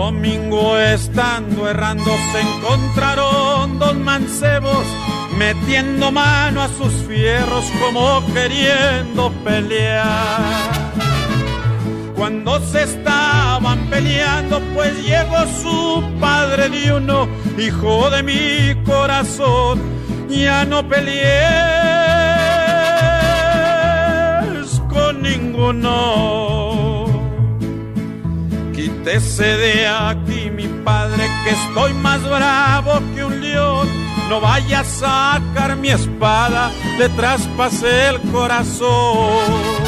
domingo estando errando se encontraron dos mancebos metiendo mano a sus fierros como queriendo pelear. Cuando se estaban peleando pues llegó su padre de uno, hijo de mi corazón, ya no pelees con ninguno. Quítese de aquí mi padre que estoy más bravo que un león, no vaya a sacar mi espada, le traspasé el corazón.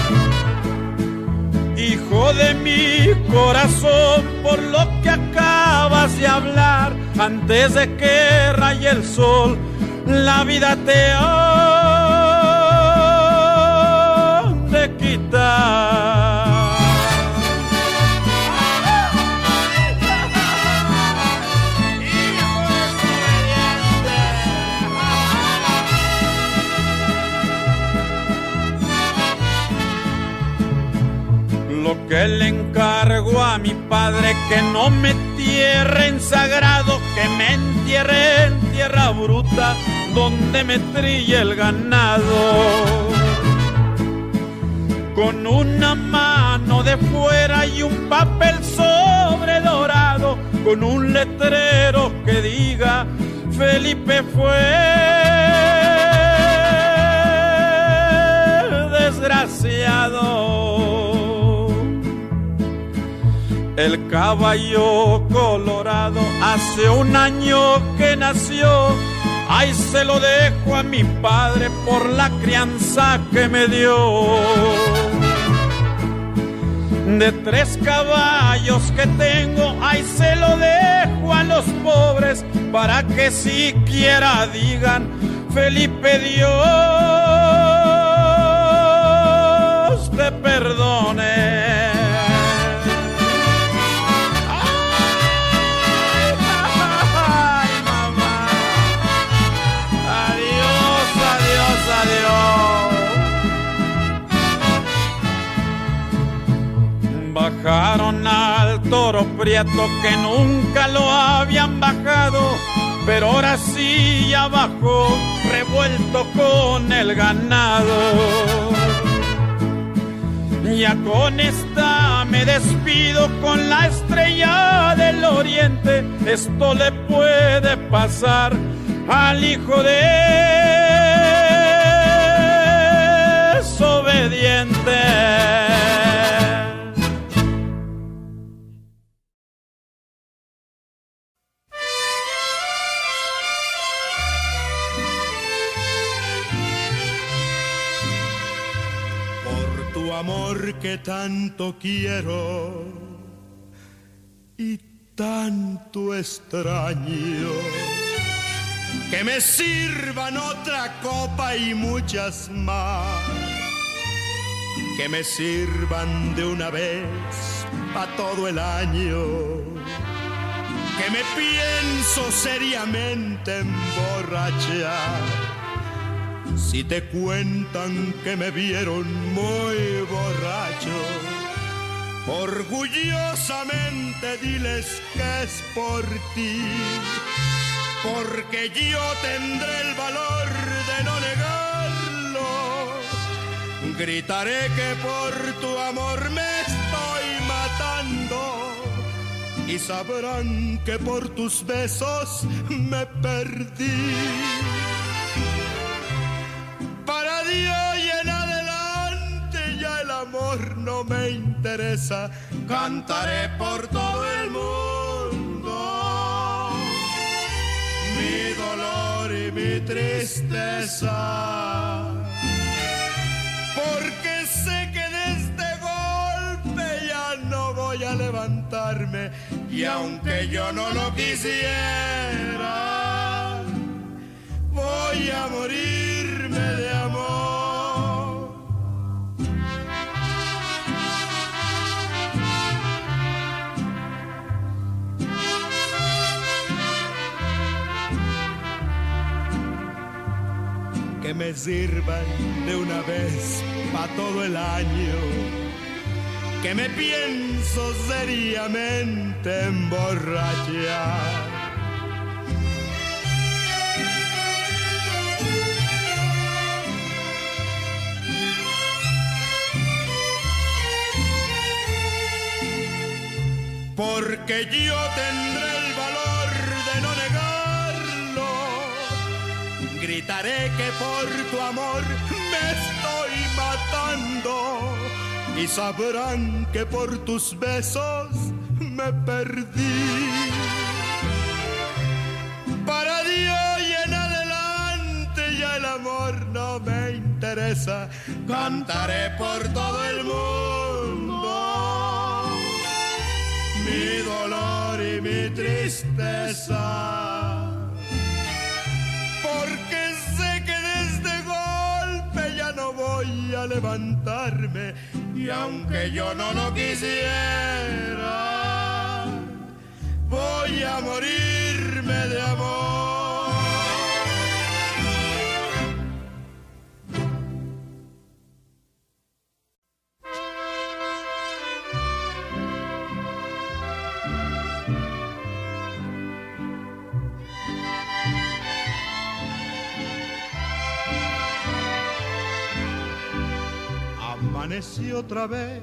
Hijo de mi corazón, por lo que acabas de hablar, antes de que raye el sol, la vida te ha de quitar. Lo que le encargo a mi padre, que no me entierre en sagrado, que me entierre en tierra bruta, donde me trille el ganado. Con una mano de fuera y un papel sobre dorado, con un letrero que diga Felipe fue desgraciado. El caballo colorado hace un año que nació, ay, se lo dejo a mi padre por la crianza que me dio. De 3 caballos que tengo, ay, se lo dejo a los pobres, para que siquiera digan Felipe, Dios te perdone. Bajaron al toro prieto que nunca lo habían bajado, pero ahora sí ya bajó, revuelto con el ganado. Ya con esta me despido, con la estrella del oriente, esto le puede pasar al hijo desobediente. Amor que tanto quiero y tanto extraño, que me sirvan otra copa y muchas más, que me sirvan de una vez pa' todo el año, que me pienso seriamente emborrachar. Si te cuentan que me vieron muy borracho, orgullosamente diles que es por ti, porque yo tendré el valor de no negarlo. Gritaré que por tu amor me estoy matando, y sabrán que por tus besos me perdí. Para Dios y en adelante ya el amor no me interesa. Cantaré por todo el mundo mi dolor y mi tristeza, porque sé que de este golpe ya no voy a levantarme, y aunque yo no lo quisiera, voy a morirme de amor. Que me sirvan de una vez pa' todo el año, que me pienso seriamente emborrachar. Porque yo tendré el valor de no negarlo. Gritaré que por tu amor me estoy matando. Y sabrán que por tus besos me perdí. Para Dios y en adelante ya el amor no me interesa. Cantaré por todo el mundo mi dolor y mi tristeza, porque sé que de este golpe ya no voy a levantarme, y aunque yo no lo quisiera, voy a morirme de amor. Amanecí otra vez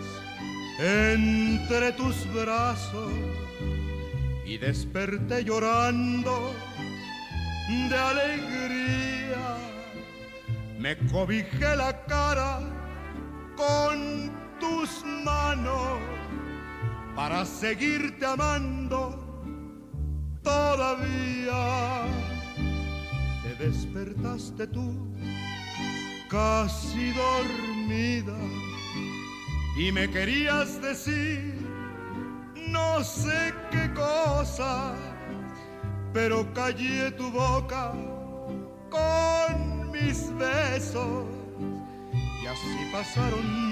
entre tus brazos y desperté llorando de alegría. Me cobijé la cara con tus manos para seguirte amando todavía. Te despertaste tú casi dormida y me querías decir no sé qué cosa, pero callé tu boca con mis besos, y así pasaron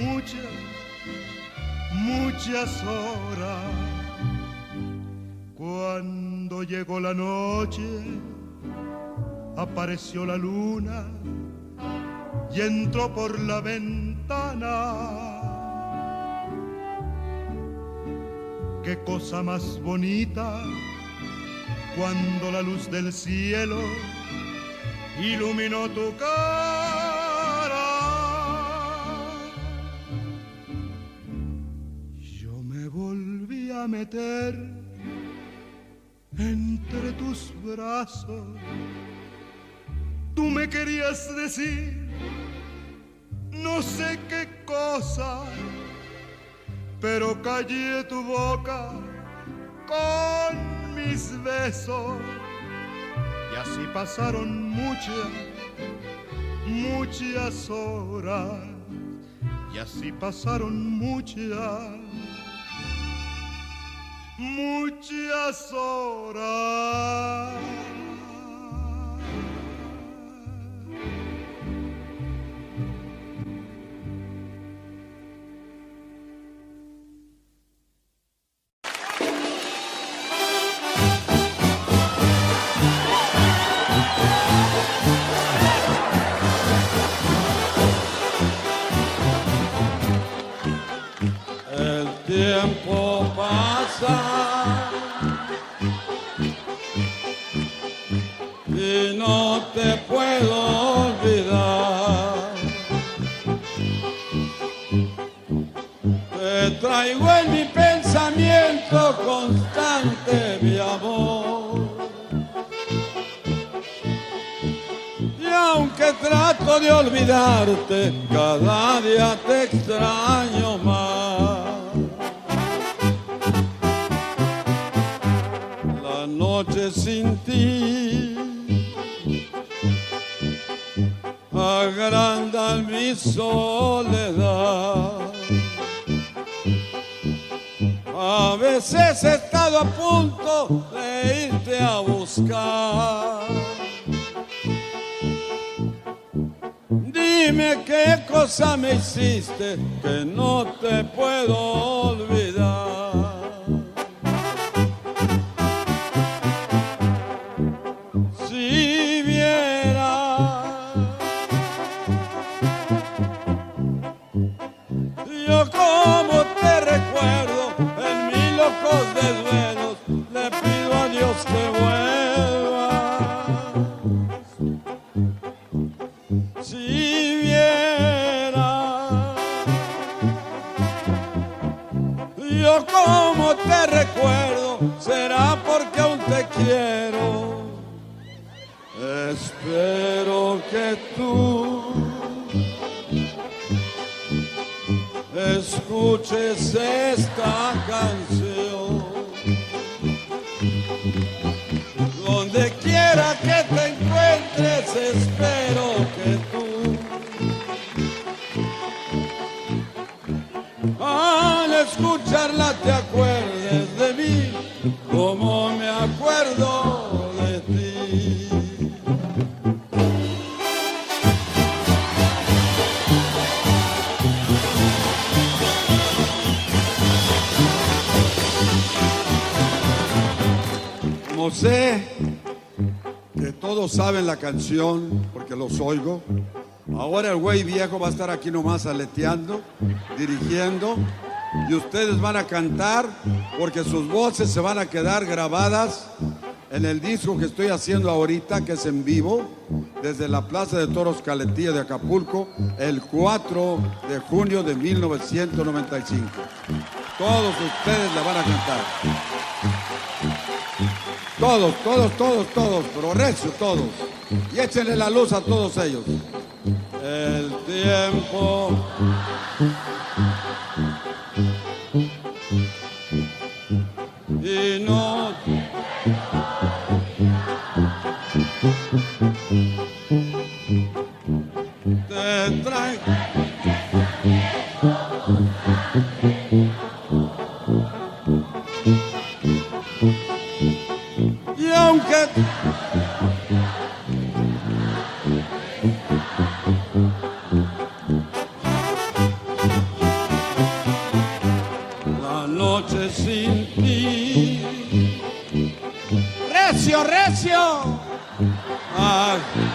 muchas horas. Cuando llegó la noche, apareció la luna y entró por la ventana. Qué cosa más bonita cuando la luz del cielo iluminó tu cara. Yo me volví a meter entre tus brazos. Tú me querías decir no sé qué cosa, pero callé tu boca con mis besos, y así pasaron muchas horas, y así pasaron muchas horas. Tiempo pasa y no te puedo olvidar. Te traigo en mi pensamiento constante, mi amor. Y aunque trato de olvidarte, cada día te extraño más. Noche sin ti agrandan mi soledad. A veces he estado a punto de irte a buscar. Dime qué cosa me hiciste que no te puedo olvidar. Yo como te viejos desvelos, le pido a Dios que vuelva. Si viera yo como te recuerdo, será porque aún te quiero. Espero que tú escuches esta canción. Donde quiera que te encuentres, espero que tú al escucharla te acuerdes de mí, como me acuerdo de ti. Como sé que todos saben la canción, porque los oigo, ahora el güey viejo va a estar aquí nomás aleteando, dirigiendo, y ustedes van a cantar porque sus voces se van a quedar grabadas en el disco que estoy haciendo ahorita, que es en vivo, desde la Plaza de Toros Caletilla de Acapulco, el 4 de junio de 1995. Todos ustedes la van a cantar. Todos, pero recio todos. Y échenle la luz a todos ellos. El tiempo y no te trae. Y aunque la noche sin ti, recio, recio, ay,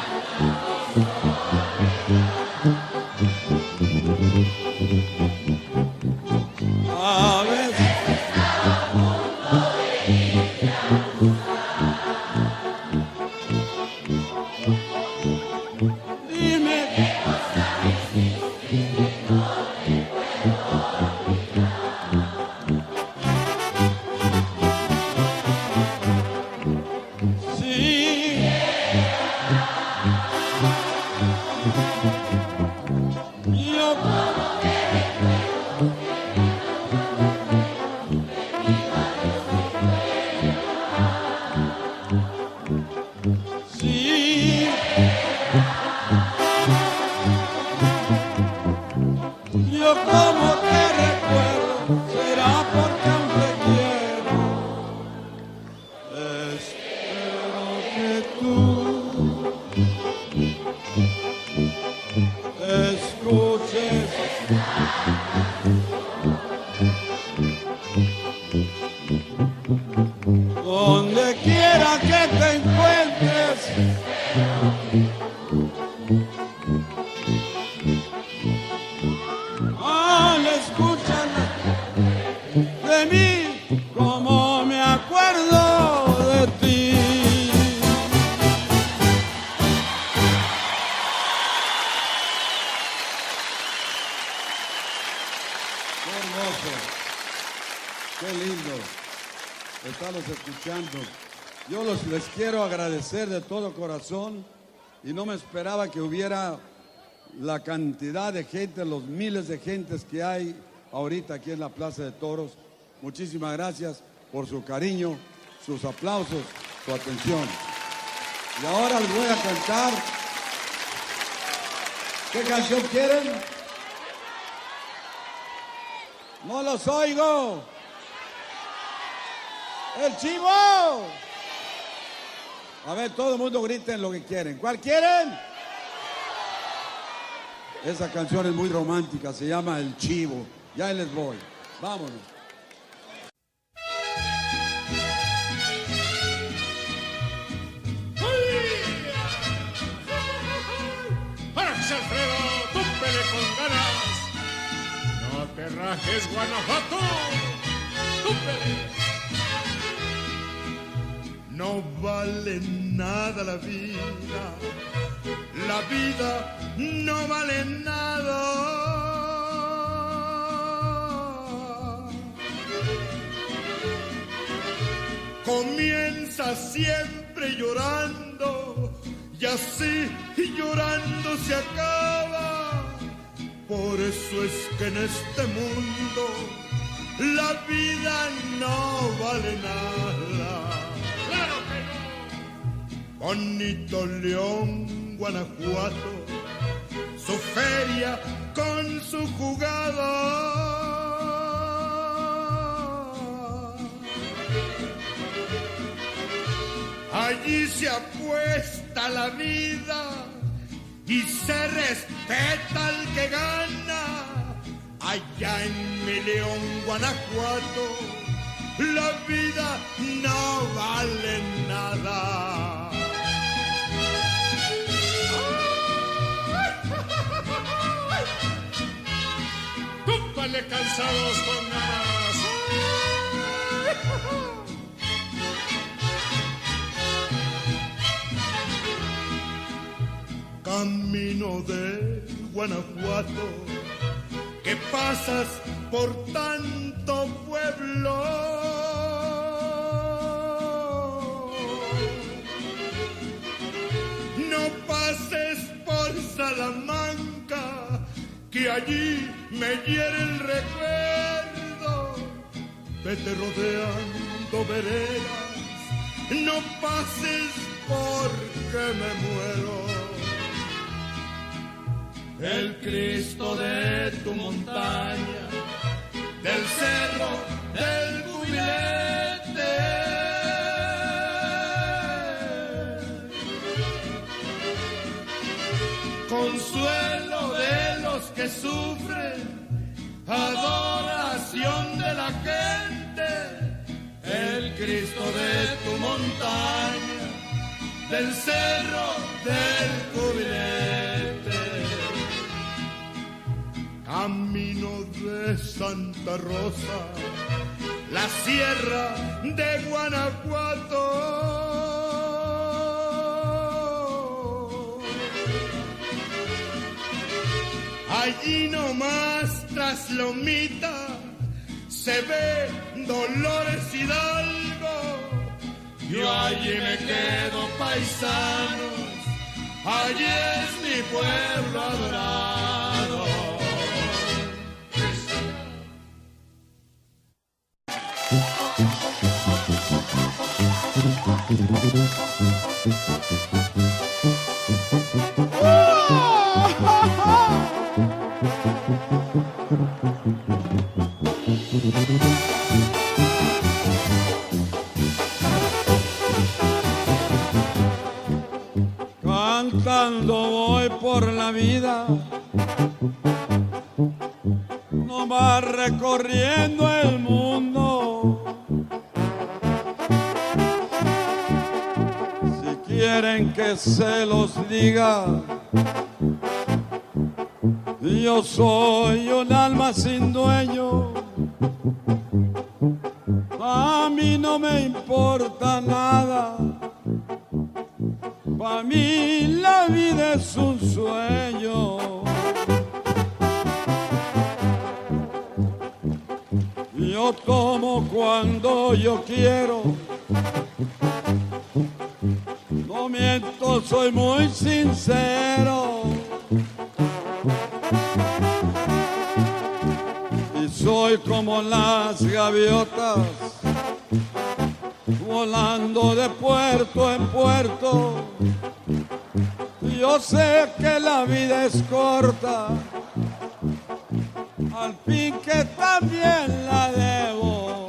a veces dime, sí, yo sí, yo como te recuerdo, será porque aún te quiero. Espero que tú escuches donde quiera que te encuentres. Al escucharla de mí, como me acuerdo de ti. Qué hermoso, qué lindo estarlos escuchando. Yo les quiero agradecer de todo corazón y no me esperaba que hubiera la cantidad de gente, los miles de gentes que hay ahorita aquí en la Plaza de Toros. Muchísimas gracias por su cariño, sus aplausos, su atención. Y ahora les voy a cantar. ¿Qué canción quieren? No los oigo. ¡El Chivo! A ver, todo el mundo griten lo que quieren. ¿Cuál quieren? Esa canción es muy romántica, se llama El Chivo. Ya les voy. Vámonos. ¡Árale, Alfredo! ¡Túmpele con ganas! ¡No te rajes, Guanajuato! ¡Túmpele! no vale nada la vida no vale nada. Comienza siempre llorando y así llorando se acaba. Por eso es que en este mundo la vida no vale nada. ¡Claro que no! Bonito León, Guanajuato, su feria con su jugada. Allí se apuesta la vida y se respeta al que gana. Allá en mi León, Guanajuato, la vida no vale nada. ¡Túpale cansados con ganas! Camino de Guanajuato, que pasas por tanto pueblo. No pases por Salamanca, que allí me hiere el recuerdo. Vete rodeando veredas, no pases porque me muero. El Cristo de tu montaña, del cerro del Cubilete, consuelo de los que sufren, adoración de la gente. El Cristo de tu montaña, del cerro del Cubilete. Camino de Santa Rosa, la sierra de Guanajuato. Allí nomás tras Lomita se ve Dolores Hidalgo. Yo allí me quedo, paisanos, allí es mi pueblo adorado. Cantando voy por la vida, no más recorriendo el mundo. Si quieren que se los diga, yo soy un alma sin dueño. A mí no me importa nada. Para mí la vida es un sueño. Yo tomo cuando yo quiero. No miento, soy muy sincero. Y soy como las gaviotas, volando de puerto en puerto. Yo sé que la vida es corta, al fin que también la debo.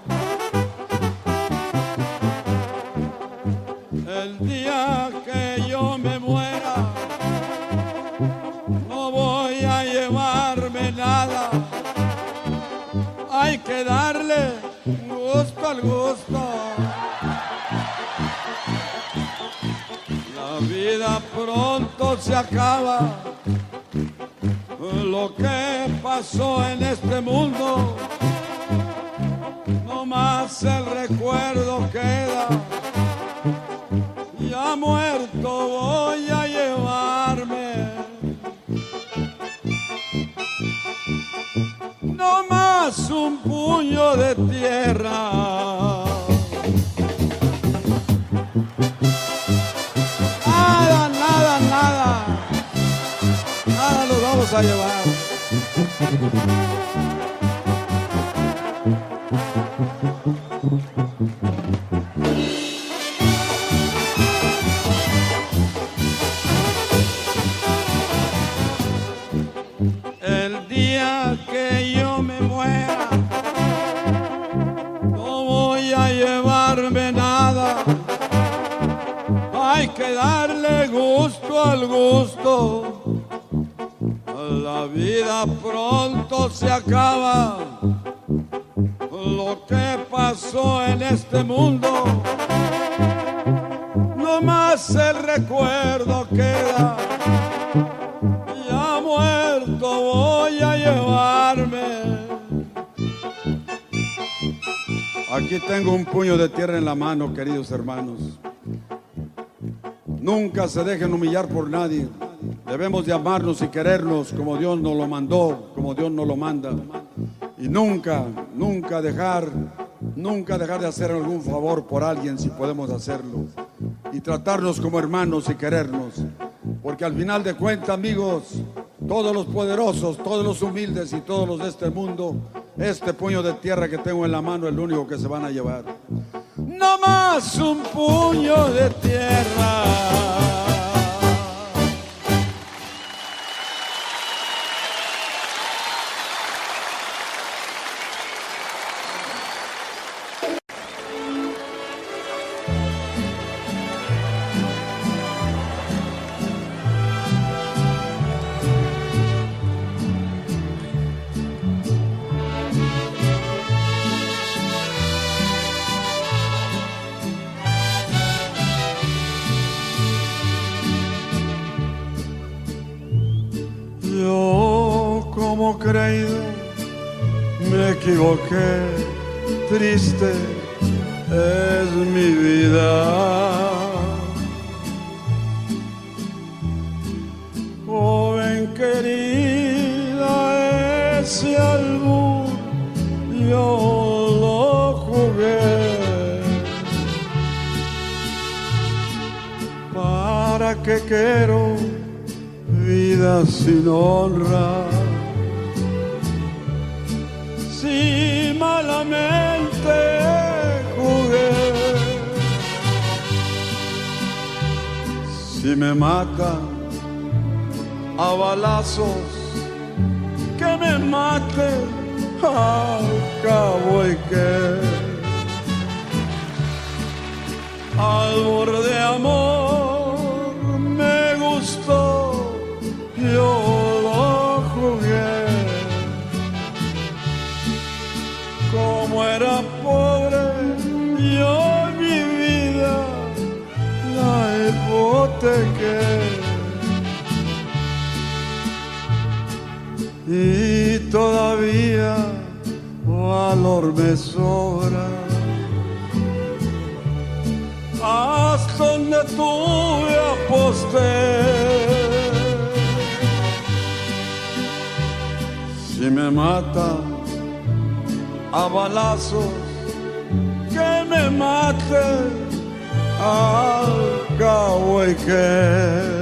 El día que yo me muera, no voy a llevarme nada. Hay que darle gusto al gusto. La vida pronto se acaba. Lo que pasó en este mundo, no más el recuerdo queda. puño de tierra. Nada, nada, nada. Nada nos vamos a llevar. El día que yo me muera, no voy a llevarme nada. Hay que darle gusto al gusto. La vida pronto se acaba. Lo que pasó en este mundo, nomás el recuerdo queda. Ya muerto voy a llevarme. Aquí tengo un puño de tierra en la mano, queridos hermanos. Nunca se dejen humillar por nadie. Debemos de amarnos y querernos como Dios nos lo mandó, como Dios nos lo manda. Y nunca dejar de hacer algún favor por alguien si podemos hacerlo. Y tratarnos como hermanos y querernos. Porque al final de cuentas, amigos, todos los poderosos, todos los humildes y todos los de este mundo, este puño de tierra que tengo en la mano es el único que se van a llevar. No más un puño de tierra. Yo, como creído, me equivoqué, triste es mi vida. Joven querida, ese albur yo lo jugué. ¿Para qué quiero vida sin honra? Si malamente jugué, si me matan a balazos, que me maten al cabo y que albur de amor me gustó, yo lo jugué. Como era pobre, yo mi vida la hipotequé. Y todavía valor me sobra. Hasta donde tuve aposté. Si me matan a balazos, que me maten al cabo y que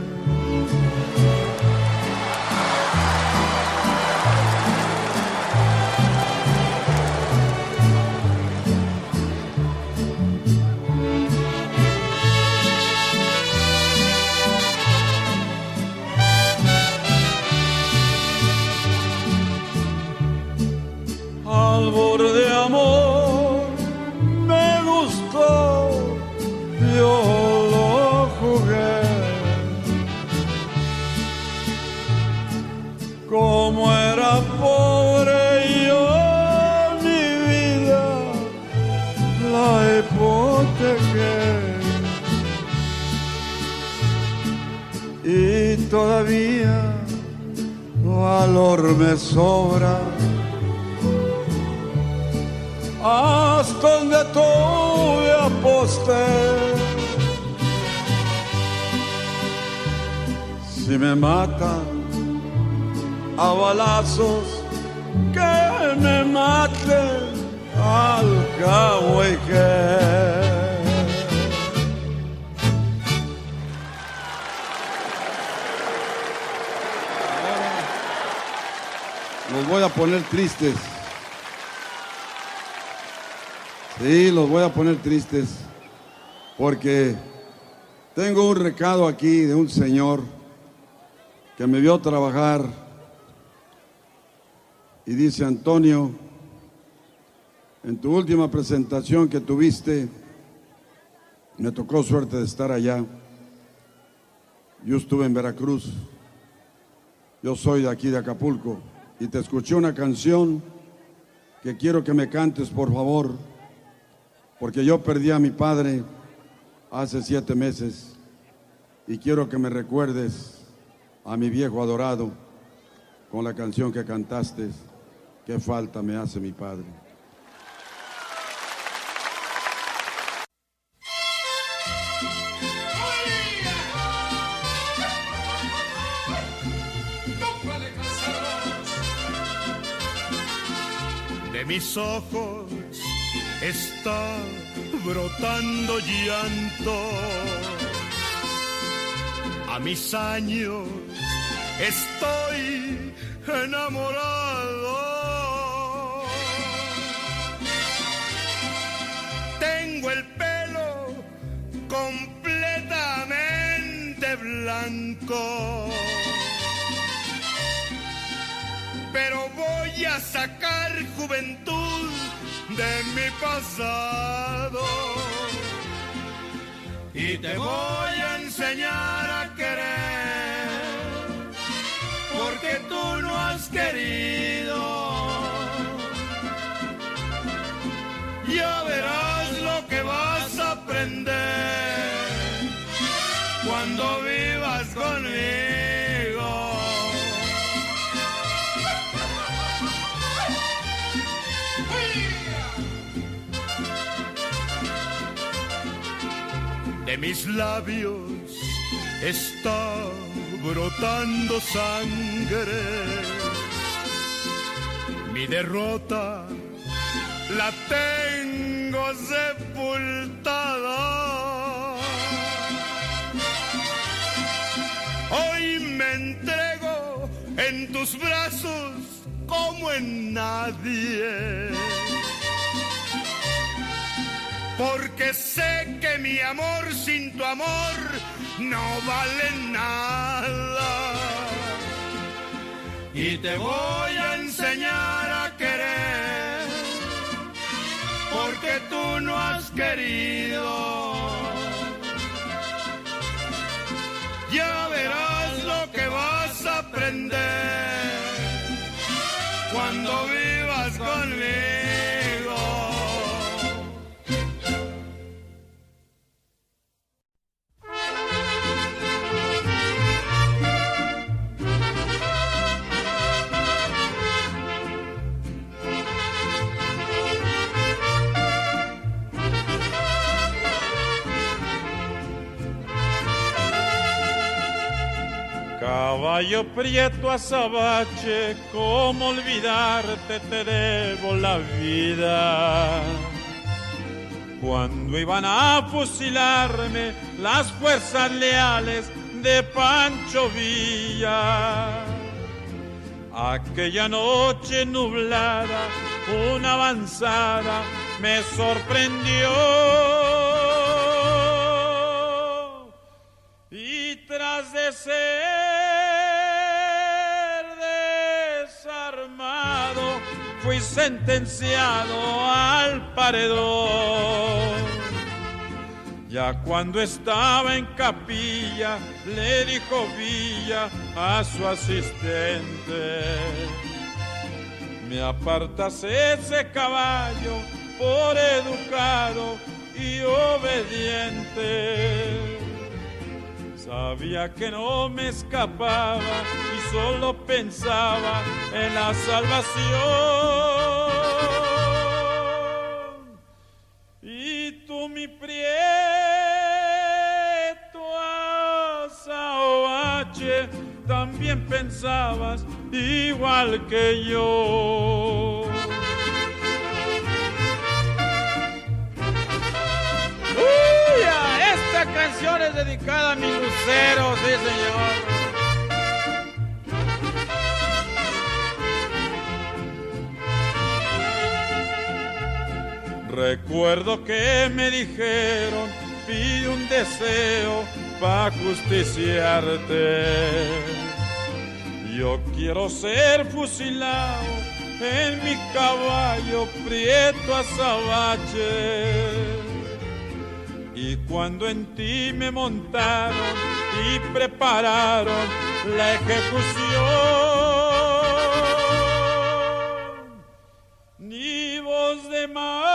albur de amor me gustó, yo lo jugué. Como era pobre yo mi vida la hipotequé. Y todavía valor me sobra. Hasta donde tuve aposté. Si me matan a balazos, que me maten al cabo y que. Los voy a poner tristes. Sí, los voy a poner tristes. Porque tengo un recado aquí de un señor que me vio trabajar y dice: Antonio, en tu última presentación que tuviste, me tocó suerte de estar allá. Yo estuve en Veracruz. Yo soy de aquí de Acapulco. Y te escuché una canción que quiero que me cantes, por favor, porque yo perdí a mi padre hace 7 meses y quiero que me recuerdes a mi viejo adorado con la canción que cantaste, ¿Qué falta me hace mi padre? De mis ojos está brotando llanto. A mis años estoy enamorado. Tengo el pelo completamente blanco. Pero voy a sacar juventud de mi pasado y te voy a enseñar a querer, porque tú no has querido. Ya verás lo que vas a aprender cuando vivas conmigo. De mis labios está brotando sangre. Mi derrota la tengo sepultada. Hoy me entrego en tus brazos como en nadie, porque sé que mi amor sin tu amor no vale nada. Y te voy a enseñar a querer, porque tú no has querido. Ya verás lo que vas a aprender cuando vivas conmigo. Caballo prieto azabache, ¿cómo olvidarte? Te debo la vida. Cuando iban a fusilarme las fuerzas leales de Pancho Villa, aquella noche nublada, una avanzada me sorprendió. Y tras de ser desarmado, fui sentenciado al paredón. Ya cuando estaba en capilla, le dijo Villa a su asistente: me apartas ese caballo por educado y obediente. Sabía que no me escapaba y solo pensaba en la salvación. Y tú, mi prieto azabache, también pensabas igual que yo. canción es dedicada a mi lucero, sí señor. Recuerdo que me dijeron, pide un deseo pa' justiciarte. Yo quiero ser fusilado en mi caballo prieto azabache. Y cuando en ti me montaron y prepararon la ejecución, ni voz de mando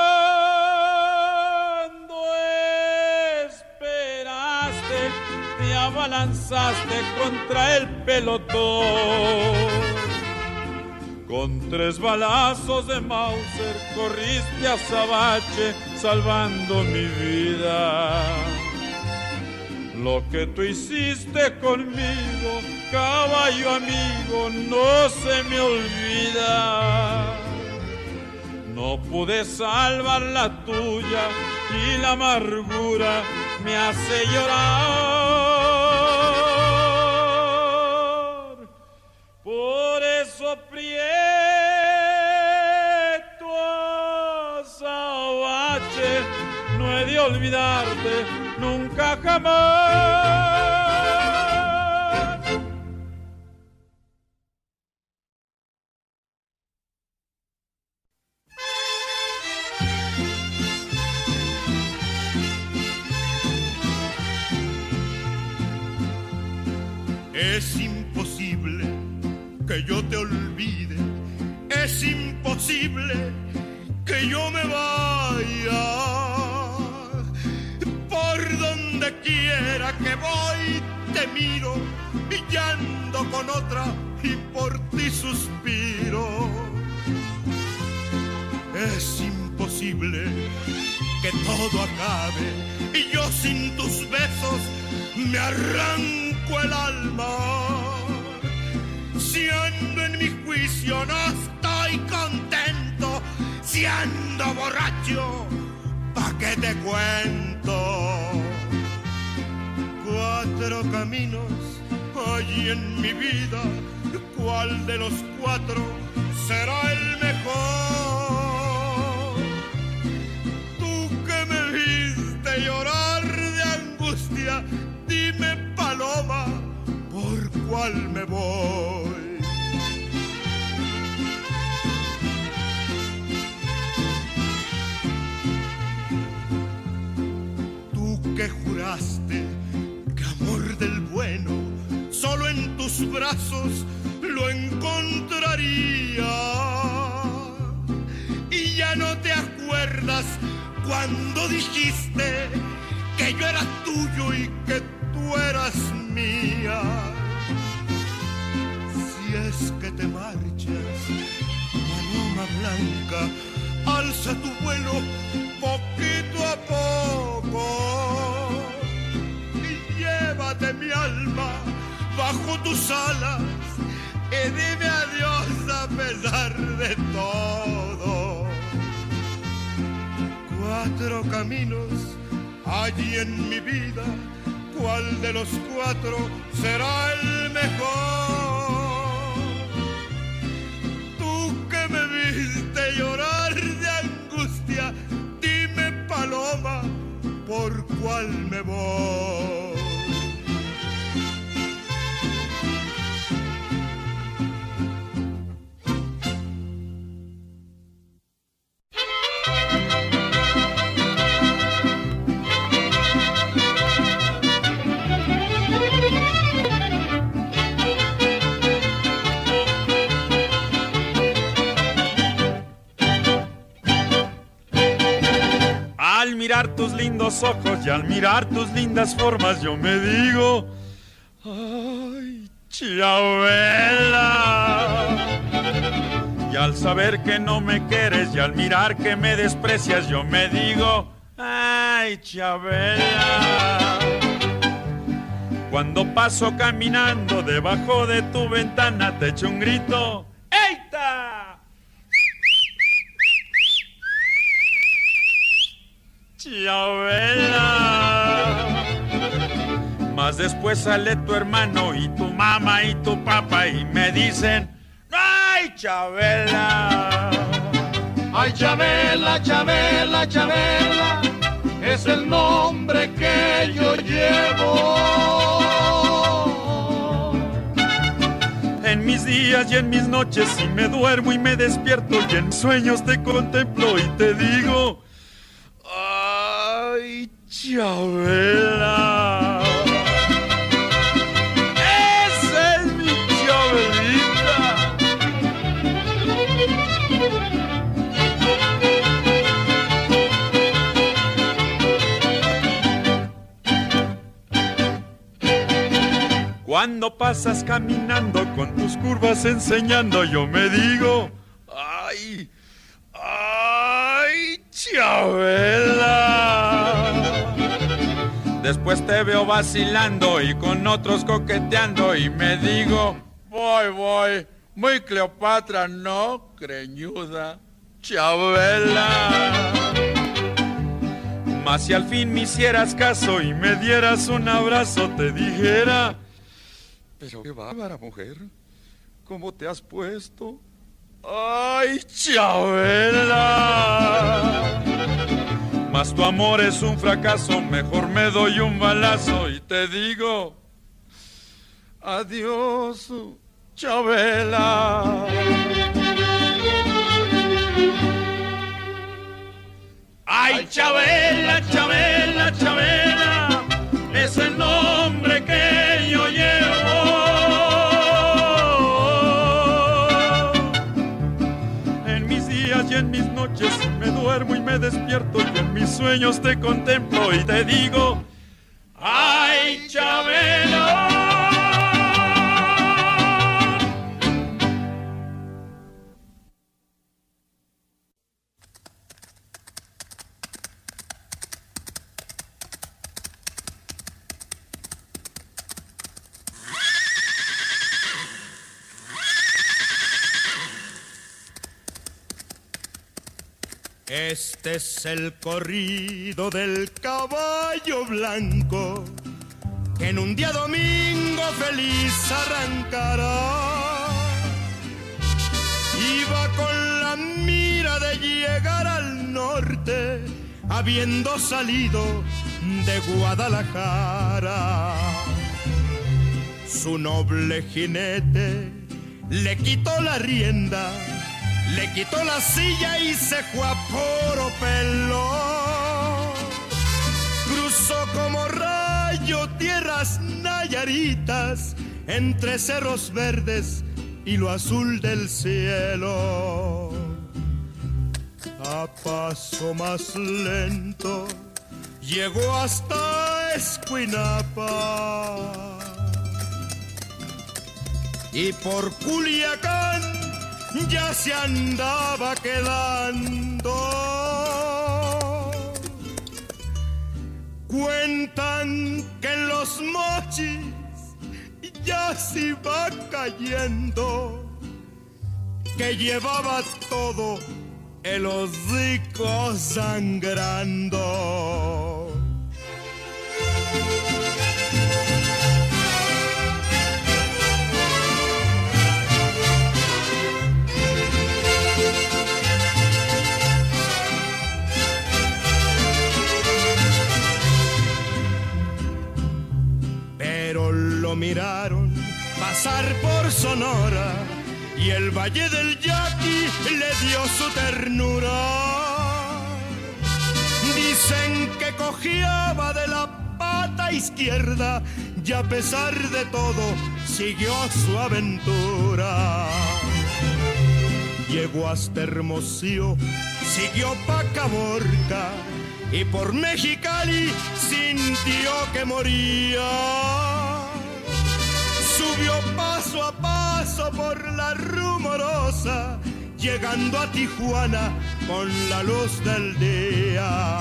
esperaste, te abalanzaste contra el pelotón. Con 3 balazos de Mauser corriste a azabache salvando mi vida. Lo que tú hiciste conmigo, caballo amigo, no se me olvida. No pude salvar la tuya y la amargura me hace llorar. Por eso prieto azabache, no he de olvidarte nunca jamás. Es imposible que yo te olvide, es imposible que yo me vaya. Por donde quiera que voy te miro y ya ando con otra y por ti suspiro. Es imposible que todo acabe y yo sin tus besos me arranco el alma. Si ando en mi juicio no estoy contento, si ando borracho, ¿pa' qué te cuento? 4 caminos hay en mi vida, ¿cuál de los 4 será el mejor? Tú que me viste llorar de angustia, dime paloma, ¿por cuál me voy? Tú que juraste que amor del bueno solo en tus brazos lo encontraría, y ya no te acuerdas cuando dijiste que yo era tuyo y que tú eras mía. Si es que te marchas, paloma blanca, alza tu vuelo poquito a poco y llévate mi alma bajo tus alas y dime adiós a pesar de todo. 4 caminos hay en mi vida, ¿cuál de los 4 será el mejor? Tú que me viste llorar de angustia, dime paloma, ¿por cuál me voy? Al mirar tus lindos ojos y al mirar tus lindas formas, yo me digo, ay, Chabela. Y al saber que no me quieres y al mirar que me desprecias, yo me digo, ay, Chabela. Cuando paso caminando debajo de tu ventana te echo un grito, ¡eita! Chabela. Mas después sale tu hermano y tu mamá y tu papá y me dicen: ¡ay, Chabela! Ay, Chabela, Chabela, Chabela, es el nombre que yo llevo. En mis días y en mis noches, si me duermo y me despierto y en sueños te contemplo y te digo: ¡ay, Chabela! ¡Esa es mi Chabelita! Cuando pasas caminando con tus curvas enseñando, yo me digo: ¡ay, ay, Chabela! Después te veo vacilando y con otros coqueteando y me digo: voy, muy Cleopatra, ¿no? Creñuda, Chabela. Mas si al fin me hicieras caso y me dieras un abrazo, te dijera: pero qué bárbara, mujer, ¿cómo te has puesto? ¡ay, Chabela! Mas tu amor es un fracaso, mejor me doy un balazo y te digo: adiós, Chabela. ¡ay, Chabela, Chabela, Chabela! Es el nombre que yo llevo. En mis días y en mis noches me duermo y me despierto y en mis sueños te contemplo y te digo: ¡ay, Chabela! Este es el corrido del caballo blanco que en un día domingo feliz arrancará. Iba con la mira de llegar al norte, habiendo salido de Guadalajara. Su noble jinete le quitó la rienda, le quitó la silla y se fue a puro pelo. Cruzó como rayo tierras nayaritas, entre cerros verdes y lo azul del cielo. A paso más lento llegó hasta Escuinapa. Y por Culiacán ya se andaba quedando. Cuentan que en los mochis ya se iba cayendo, que llevaba todo el hocico sangrando. Lo miraron pasar por Sonora y el Valle del Yaqui le dio su ternura. Dicen que cojeaba de la pata izquierda y a pesar de todo siguió su aventura. Llegó hasta Hermosillo, siguió pa' Caborca y por Mexicali sintió que moría. Subió paso a paso por la rumorosa, llegando a Tijuana con la luz del día.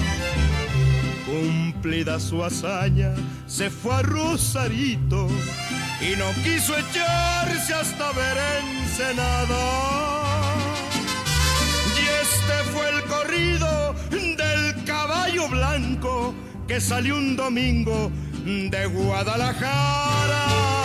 Cumplida su hazaña, se fue a Rosarito y no quiso echarse hasta ver Ensenada. Y este fue el corrido del caballo blanco que salió un domingo de Guadalajara.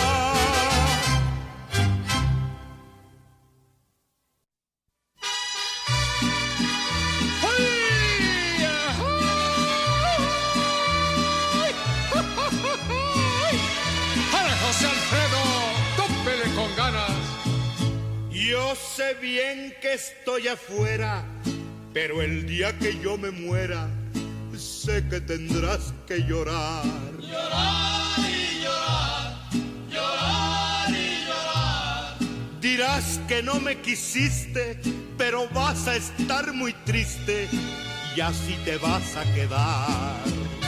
José Alfredo, tópele con ganas. Yo sé bien que estoy afuera, pero el día que yo me muera, sé que tendrás que llorar. Llorar y llorar, llorar y llorar. Dirás que no me quisiste, pero vas a estar muy triste y así te vas a quedar.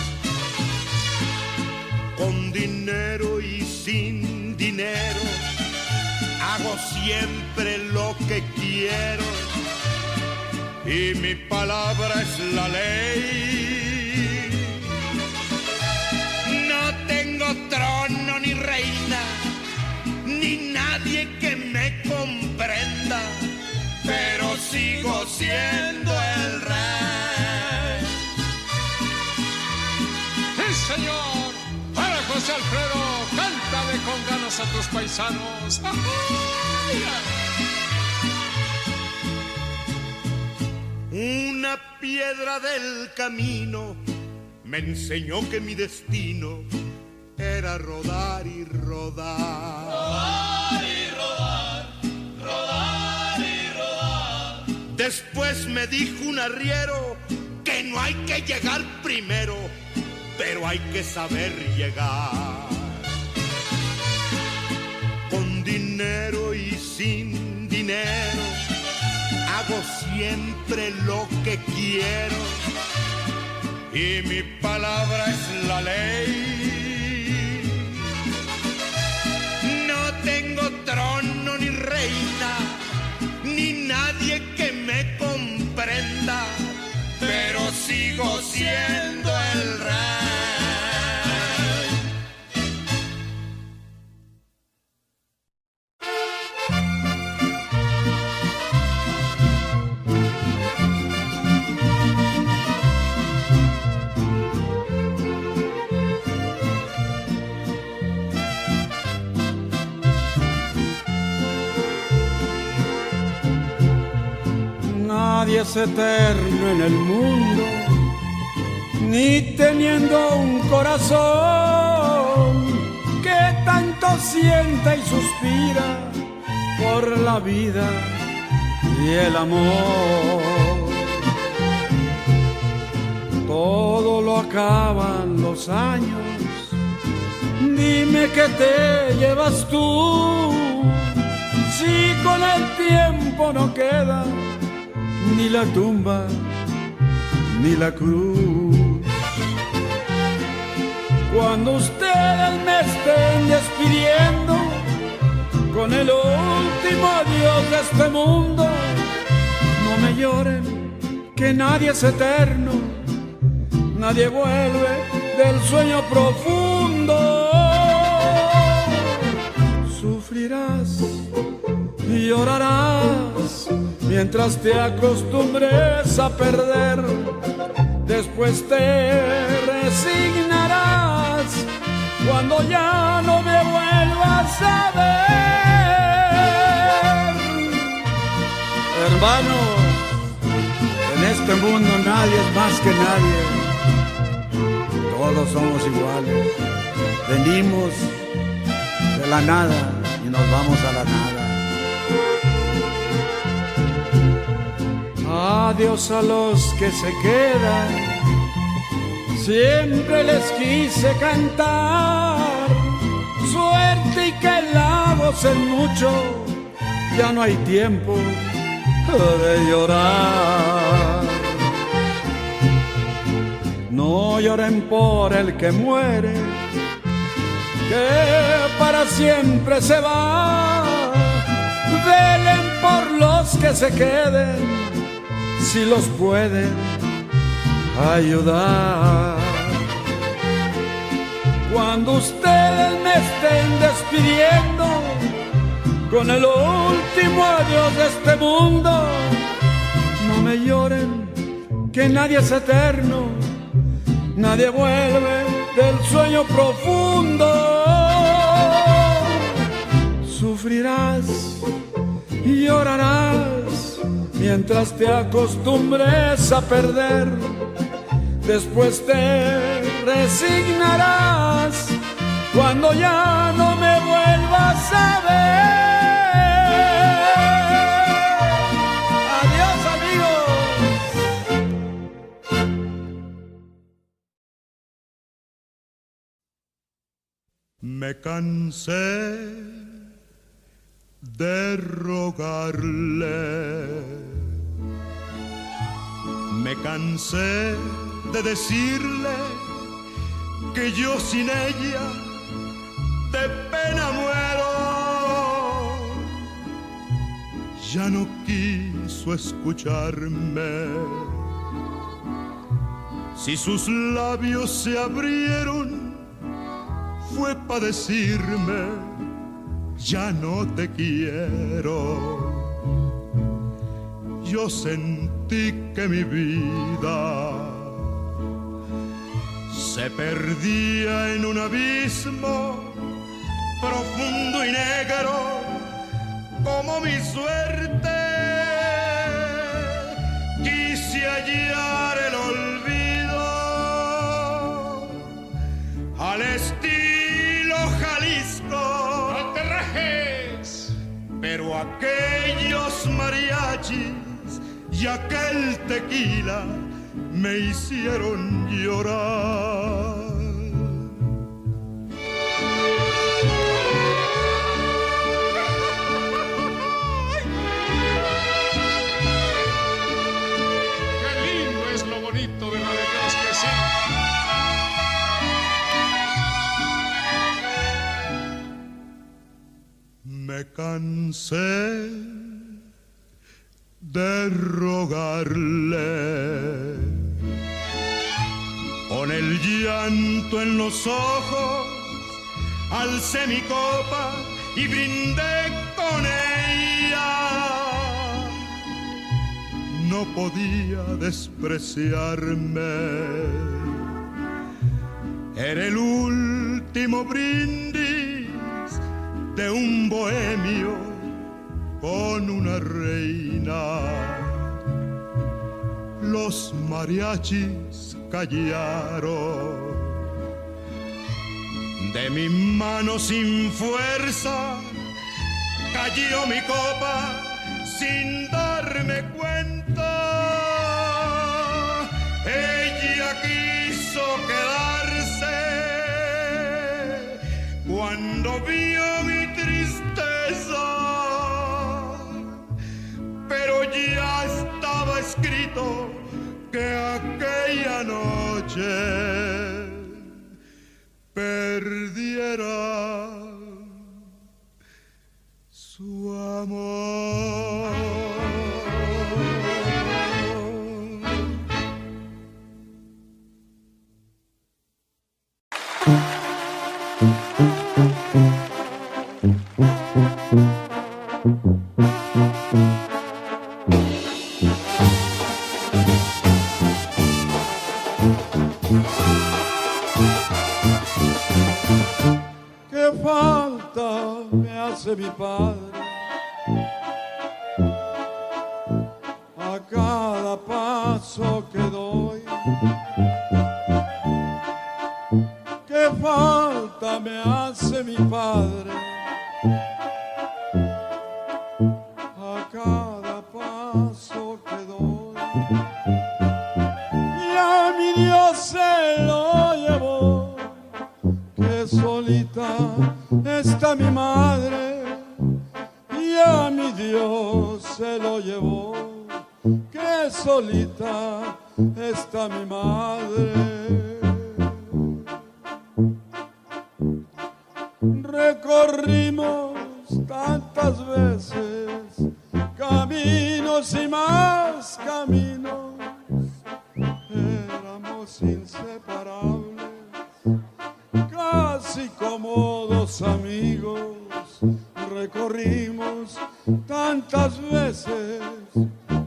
Con dinero y sin dinero, hago siempre lo que quiero y mi palabra es la ley. No tengo trono ni reina, ni nadie que me comprenda, pero sigo siendo el rey. ¡Sí, señor! Para José Alfredo, cántale con ganas a tus paisanos. Una piedra del camino me enseñó que mi destino era rodar y rodar. Rodar y rodar, rodar y rodar. Después me dijo un arriero que no hay que llegar primero, pero hay que saber llegar. Con dinero y sin dinero, hago siempre lo que quiero y mi palabra es la ley. No tengo trono ni reina, ni nadie que me comprenda, pero sigo siendo el rey. Nadie es eterno en el mundo, ni teniendo un corazón que tanto sienta y suspira por la vida y el amor. Todo lo acaban los años, dime qué te llevas tú, si con el tiempo no queda ni la tumba, ni la cruz. Cuando ustedes me estén despidiendo con el último adiós de este mundo, no me lloren, que nadie es eterno, nadie vuelve del sueño profundo. Sufrirás y llorarás mientras te acostumbres a perder, después te resignarás cuando ya no me vuelvas a ver. Hermanos, en este mundo nadie es más que nadie, todos somos iguales, venimos de la nada y nos vamos a la nada. Adiós a los que se quedan, siempre les quise cantar, suerte y que la gocen mucho, ya no hay tiempo de llorar. No lloren por el que muere, que para siempre se va, velen por los que se queden, si los pueden ayudar. Cuando ustedes me estén despidiendo con el último adiós de este mundo, no me lloren, que nadie es eterno, nadie vuelve del sueño profundo. Sufrirás y llorarás mientras te acostumbres a perder. Después te resignarás cuando ya no me vuelvas a ver. Adiós, amigos. Me cansé de rogarle, me cansé de decirle que yo sin ella de pena muero. Ya no quiso escucharme. Si sus labios se abrieron, fue para decirme: ya no te quiero. Yo sentí que mi vida se perdía en un abismo profundo y negro como mi suerte. Quise hallar el olvido al estilo Jalisco. ¡No te rajes! Pero aquellos mariachis y aquel tequila me hicieron llorar. ¡Qué lindo es lo bonito, verdad de Dios que sí! Me cansé de rogarle, con el llanto en los ojos alcé mi copa y brindé con ella. No podía despreciarme, era el último brindis de un bohemio con una reina. Los mariachis callaron, de mi mano sin fuerza cayó mi copa sin darme cuenta. Ella quiso quedarse cuando vio mi tristeza, pero ya estaba escrito que aquella noche perdiera su amor. Qué falta me hace mi padre a cada paso que doy. Qué falta me hace mi padre a cada paso que doy. Y a mi Dios se lo llevó, que solita está mi madre. Y a mi Dios se lo llevó, que solita está mi madre. Recorrimos tantas veces caminos y más caminos, éramos inseparables, casi como dos amigos. Recorrimos tantas veces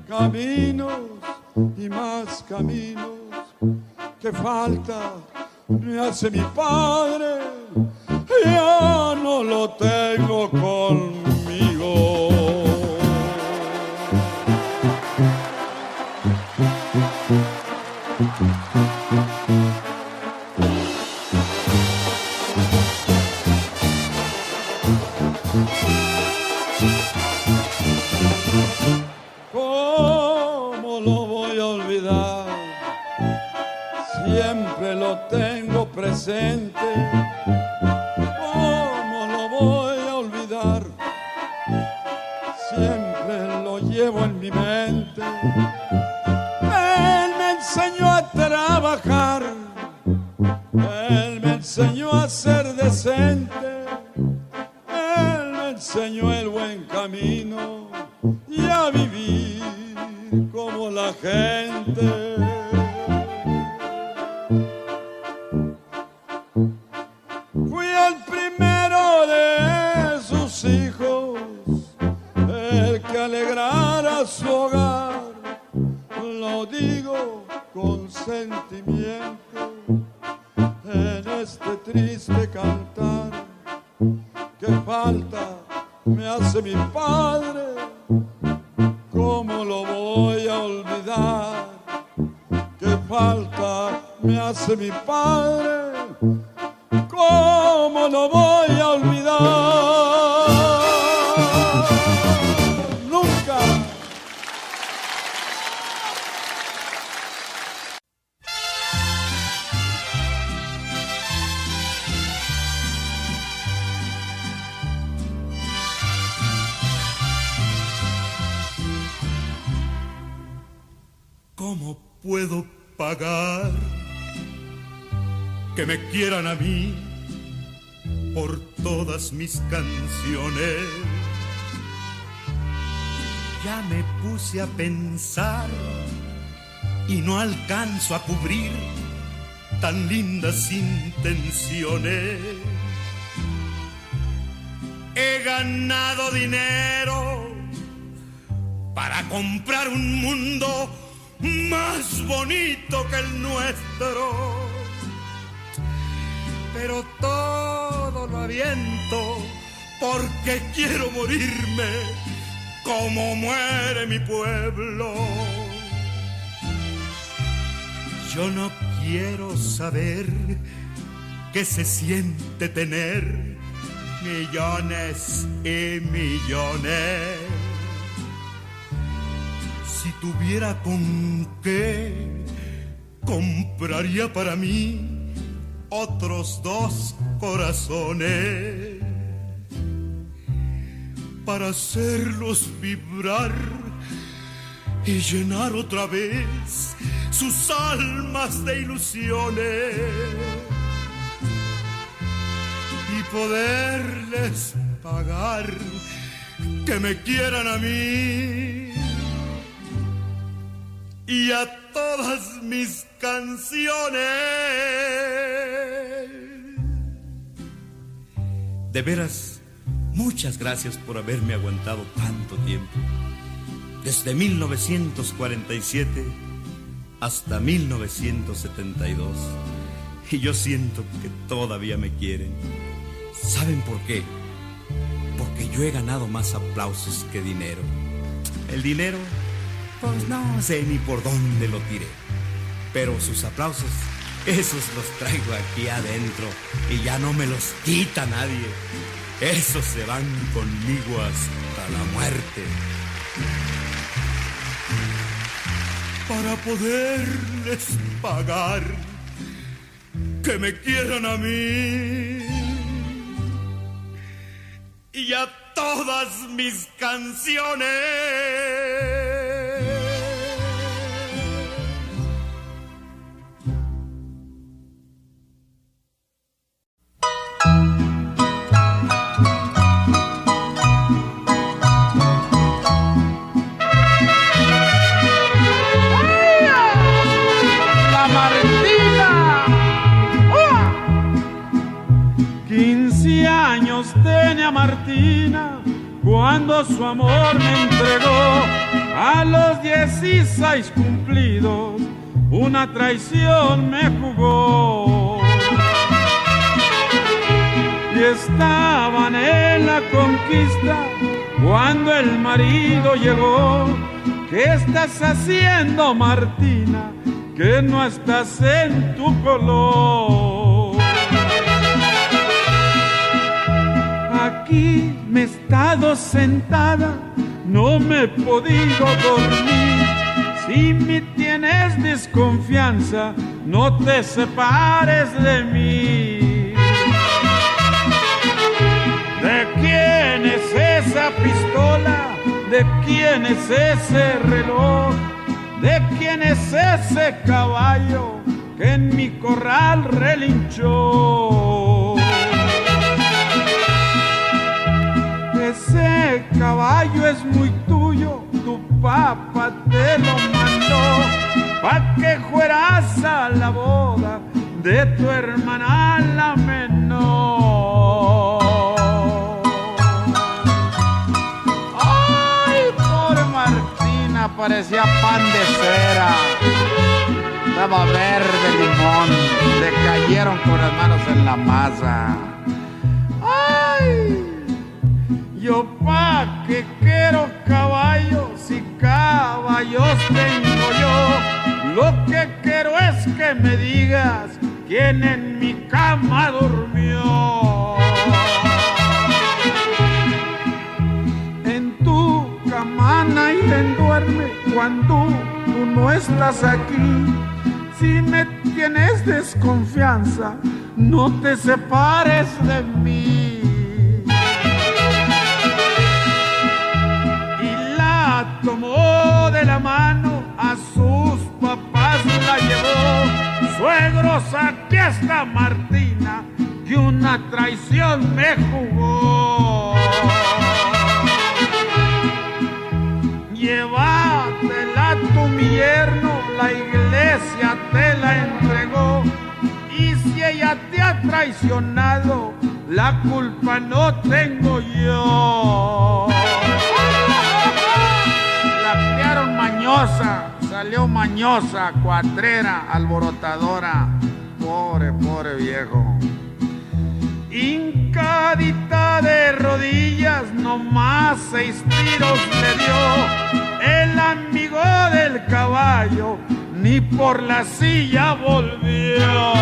caminos y más caminos. Qué falta me hace mi padre, ya no lo tengo conmigo. ¿Cómo lo voy a olvidar? Siempre lo tengo presente. ¿Cómo lo voy a olvidar? Siempre lo llevo en mi mente. Él me enseñó a trabajar, él me enseñó a ser decente, él me enseñó el buen camino y a vivir como la gente. Fui el primero de sus hijos, el que alegrara su hogar. Lo digo con sentimiento en este triste cantar. ¿Qué falta me hace mi padre? ¿Cómo lo voy a olvidar? ¿Qué falta me hace mi padre? ¿Cómo lo voy a olvidar? Nunca. ¿Cómo puedo pagar que me quieran a mí por todas mis canciones? Ya me puse a pensar y no alcanzo a cubrir tan lindas intenciones. He ganado dinero para comprar un mundo más bonito que el nuestro, pero todo lo aviento porque quiero morirme como muere mi pueblo. Yo no quiero saber qué se siente tener millones y millones. Si tuviera con qué, compraría para mí otros 2 corazones para hacerlos vibrar y llenar otra vez sus almas de ilusiones y poderles pagar que me quieran a mí y a todas mis canciones. De veras, muchas gracias por haberme aguantado tanto tiempo. Desde 1947 hasta 1972. Y yo siento que todavía me quieren. ¿Saben por qué? Porque yo he ganado más aplausos que dinero. El dinero, pues no sé ni por dónde lo tiré. Pero sus aplausos, esos los traigo aquí adentro y ya no me los quita nadie. Esos se van conmigo hasta la muerte. Para poderles pagar que me quieran a mí y a todas mis canciones. La Martina. 15 años tenía Martina cuando su amor me entregó. A los 16 cumplidos una traición me jugó. estaban en la conquista cuando el marido llegó. ¿Qué estás haciendo, Martina? Que no estás en tu color. Aquí me he estado sentada, no me he podido dormir. Si me tienes desconfianza, no te separes de mí. ¿De quién es esa pistola? ¿De quién es ese reloj? ¿De quién es ese caballo que en mi corral relinchó? Ese caballo es muy tuyo, tu papá te lo mandó pa' que fueras a la boda de tu hermana la menor. Ay, pobre Martina, parecía pan de cera, estaba verde limón, le cayeron con las manos en la masa. Ay, yo pa' que quiero caballos, si caballos tengo yo. Lo que quiero es que me digas quién en mi cama durmió. En tu cama nadie duerme cuando tú no estás aquí. Si me tienes desconfianza, no te separes de mí. Tomó de la mano, a sus papás la llevó. Suegros, aquí está Martina, que una traición me jugó. Llévatela tu mi yerno, la iglesia te la entregó. Y si ella te ha traicionado, la culpa no tengo yo. Mañosa, salió mañosa, cuatrera, alborotadora. Pobre, pobre viejo. Hincadita de rodillas, nomás 6 tiros le dio. El amigo del caballo ni por la silla volvió.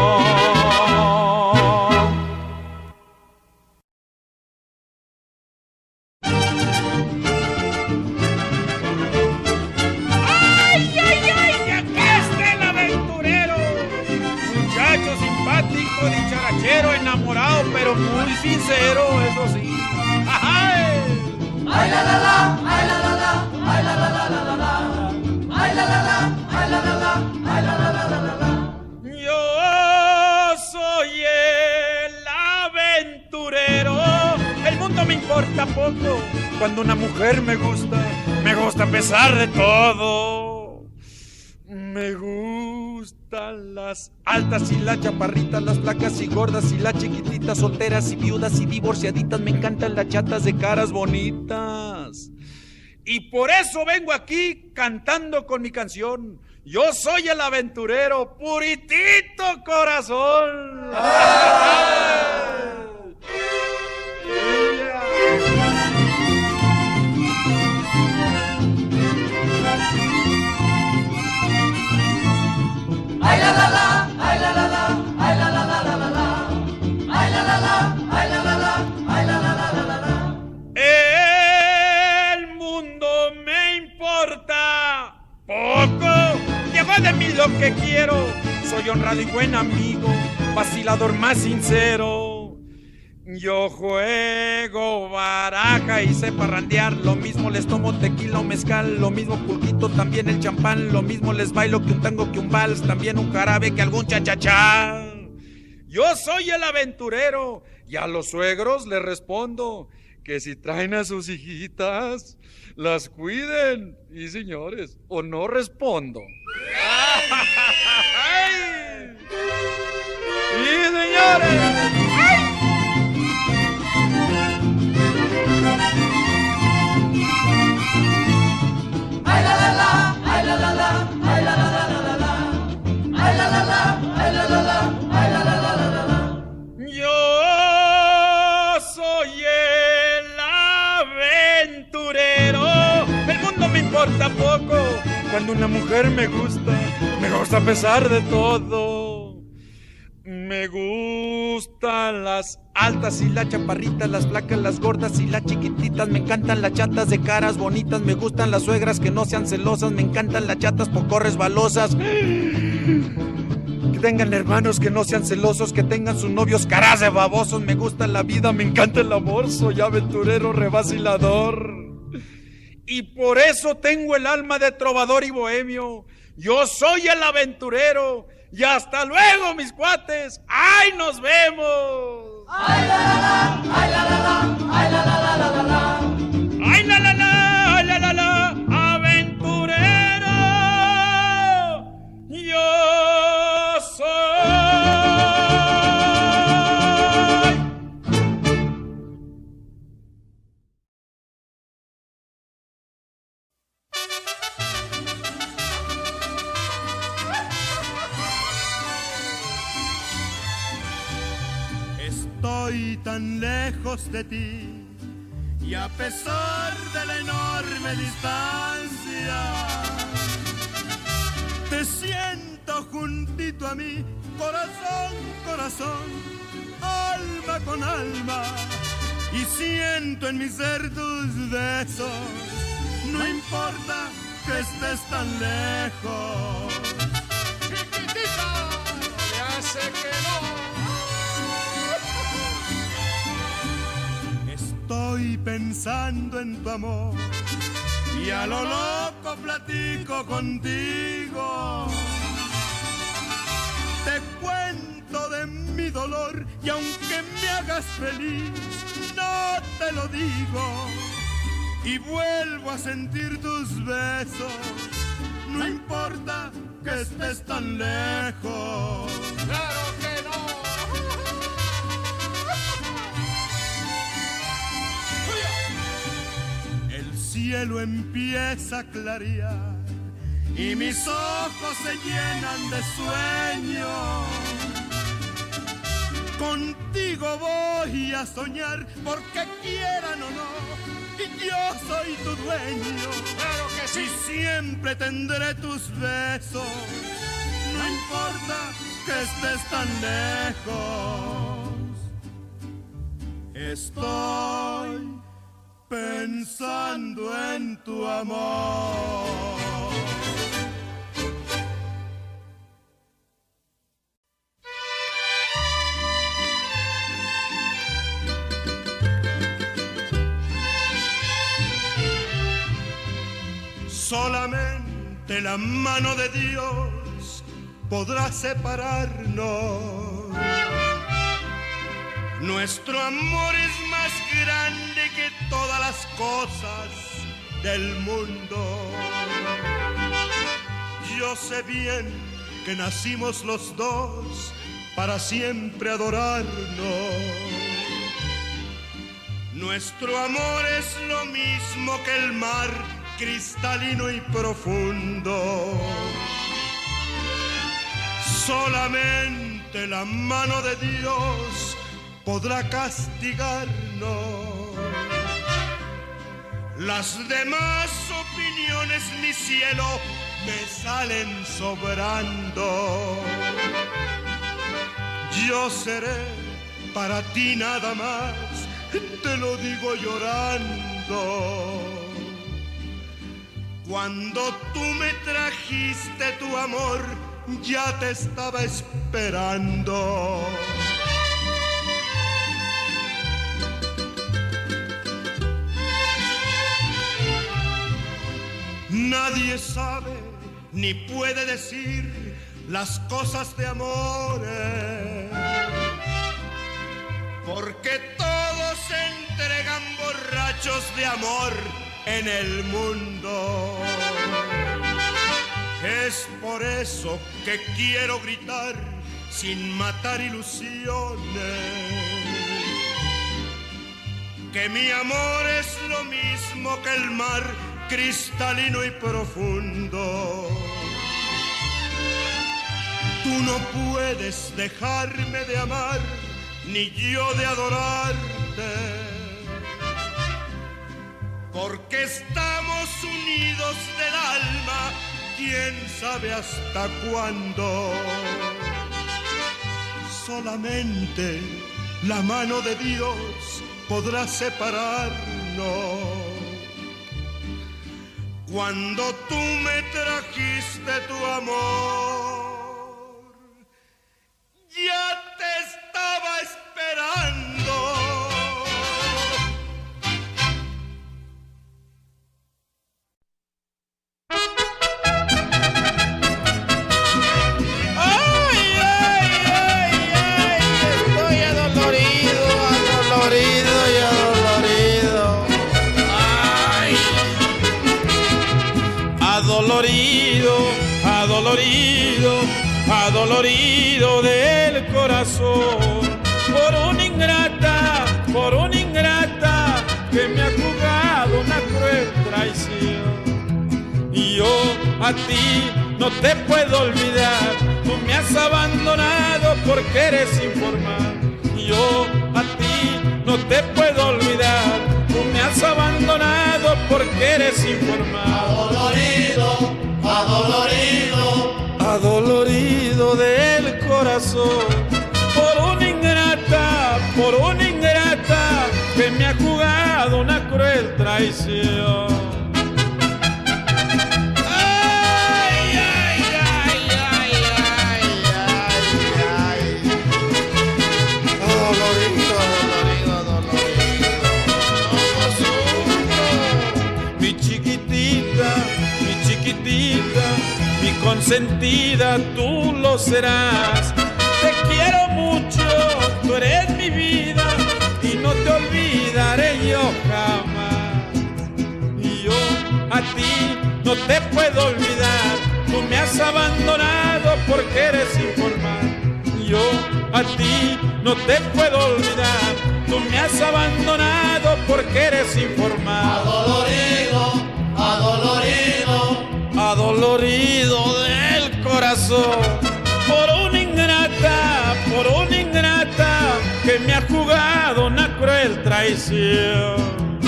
Enamorado, pero muy sincero, eso sí. ¡Ay! ¡Ay, la, la, la! ¡Ay, la, la, la! ¡Ay, la, la, la, la, la, la! ¡Ay, la, la, la! ¡Ay, la, la, la! ¡Ay, la, la, la, la, la, la! Yo soy el aventurero. El mundo me importa poco. Cuando una mujer me gusta a pesar de todo. Me gustan las altas y las chaparritas, las flacas y gordas y las chiquititas, solteras y viudas y divorciaditas. Me encantan las chatas de caras bonitas. Y por eso vengo aquí cantando con mi canción. Yo soy el aventurero, puritito corazón. Ay la la la, ay la la la, ay la la la la la la, ay la la la, ay la la la, ay la la la la la. El mundo me importa poco, llevo de mí lo que quiero. Soy honrado y buen amigo, vacilador más sincero. Yo juego baraja y sé parrandear. Lo mismo les tomo tequila o mezcal, lo mismo pulquito, también el champán. Lo mismo les bailo que un tango, que un vals, también un jarabe, que algún cha-cha-cha. Yo soy el aventurero y a los suegros les respondo que si traen a sus hijitas, las cuiden. Y señores, o no respondo. ¡Y señores! Ay la la la, ay la la la, ay la la la la la, ay la la la, ay la la la, ay la la la la la. Yo loco cuando una mujer me gusta a pesar de todo. Me gustan las altas y las chaparritas, las flacas, las gordas y las chiquititas. Me encantan las chatas de caras bonitas. Me gustan las suegras que no sean celosas. Me encantan las chatas poco resbalosas. Que tengan hermanos que no sean celosos. Que tengan sus novios caras de babosos. Me gusta la vida, me encanta el amor. Soy aventurero, revacilador. Y por eso tengo el alma de trovador y bohemio. Yo soy el aventurero. Y hasta luego, mis cuates. ¡Ay, nos vemos! Ay, la la la, ay, la la la, ay, la la la la la la. ¡Ay, la la la, ay, la la la, aventurero! Yo soy. Estoy tan lejos de ti y a pesar de la enorme distancia te siento juntito a mí, corazón, corazón, alma con alma, y siento en mi ser tus besos. No importa que estés tan lejos. Chiquitita, ya sé que no. Estoy pensando en tu amor y a lo loco platico contigo. Te cuento de mi dolor y aunque me hagas feliz, no te lo digo. Y vuelvo a sentir tus besos, no importa que estés tan lejos. Claro que no. El cielo empieza a clarear y mis ojos se llenan de sueño. Contigo voy a soñar porque quieran o no, y yo soy tu dueño. Claro que sí. Y siempre tendré tus besos, no importa que estés tan lejos. Estoy pensando en tu amor. Solamente la mano de Dios podrá separarnos. Nuestro amor es más grande que todas las cosas del mundo. Yo sé bien que nacimos los dos para siempre adorarnos. Nuestro amor es lo mismo que el mar, cristalino y profundo. Solamente la mano de Dios podrá castigarnos. Las demás opiniones, mi cielo, me salen sobrando. Yo seré para ti nada más, te lo digo llorando. Cuando tú me trajiste tu amor, ya te estaba esperando. Nadie sabe ni puede decir las cosas de amores, porque todos se entregan borrachos de amor en el mundo. Es por eso que quiero gritar sin matar ilusiones, que mi amor es lo mismo que el mar, cristalino y profundo. Tú no puedes dejarme de amar, ni yo de adorarte. porque estamos unidos del alma, quién sabe hasta cuándo. Solamente la mano de Dios podrá separarnos. Cuando tú me trajiste tu amor, ya te estaba esperando. Adolorido del corazón por una ingrata que me ha jugado una cruel traición. Y yo a ti no te puedo olvidar, tú me has abandonado porque eres informal. Y yo a ti no te puedo olvidar, tú me has abandonado porque eres informal. Adolorido del corazón por una ingrata que me ha jugado una cruel traición. Ay, ay, ay, ay, ay, ay, ay. Adolorido, no sufro. Mi chiquitita, mi consentida, tú lo serás. Te quiero mucho, tú eres mi vida y no te olvidaré yo jamás. Y yo a ti no te puedo olvidar, tú me has abandonado porque eres informal. Y yo a ti no te puedo olvidar, tú me has abandonado porque eres informal. Adolorido del corazón por una ingrata que me ha jugado una cruel traición.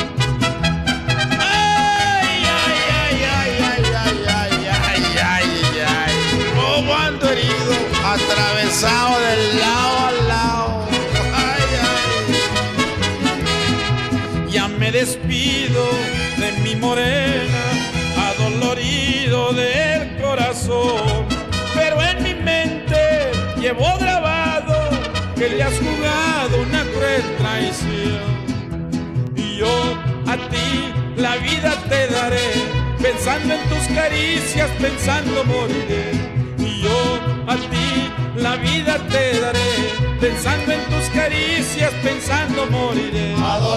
Ay, ay, ay, ay, ay, ay, ay, ay, ay, ay. Como ando herido, atravesado de lado a lado. Ay, ay. Ya me despido de mi morena, adolorido del corazón, pero en mi mente llevo grabado que le has jugado una cruel traición. Y yo a ti la vida te daré, pensando en tus caricias, pensando moriré. Y yo a ti la vida te daré, pensando en tus caricias, pensando moriré.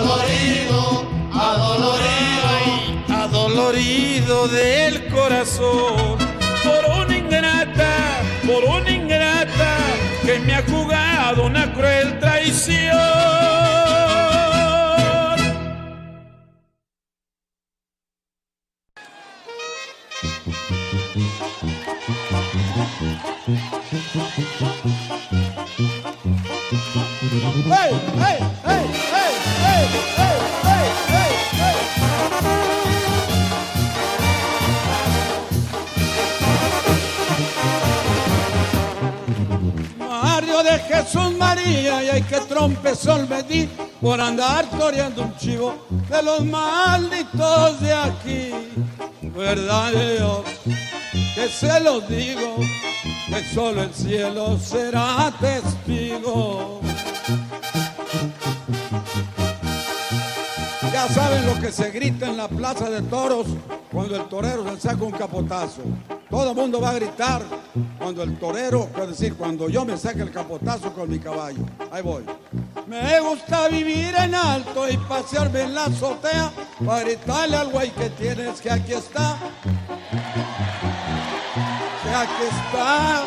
Adolorido del corazón por una ingrata que me ha jugado una cruel traición. Hey, hey, hey, hey, hey, hey, hey, hey, hey. Mario de Jesús María, y hay que trompezón me di por andar toreando un chivo de los malditos de aquí. Verdad de Dios, que se los digo, que solo el cielo será testigo. Ya saben lo que se grita en la plaza de toros cuando el torero se saca un capotazo. Todo el mundo va a gritar cuando el torero, es decir, cuando yo me saque el capotazo con mi caballo. Ahí voy. Me gusta vivir en alto y pasearme en la azotea para gritarle al güey que tienes que aquí está. Que aquí está.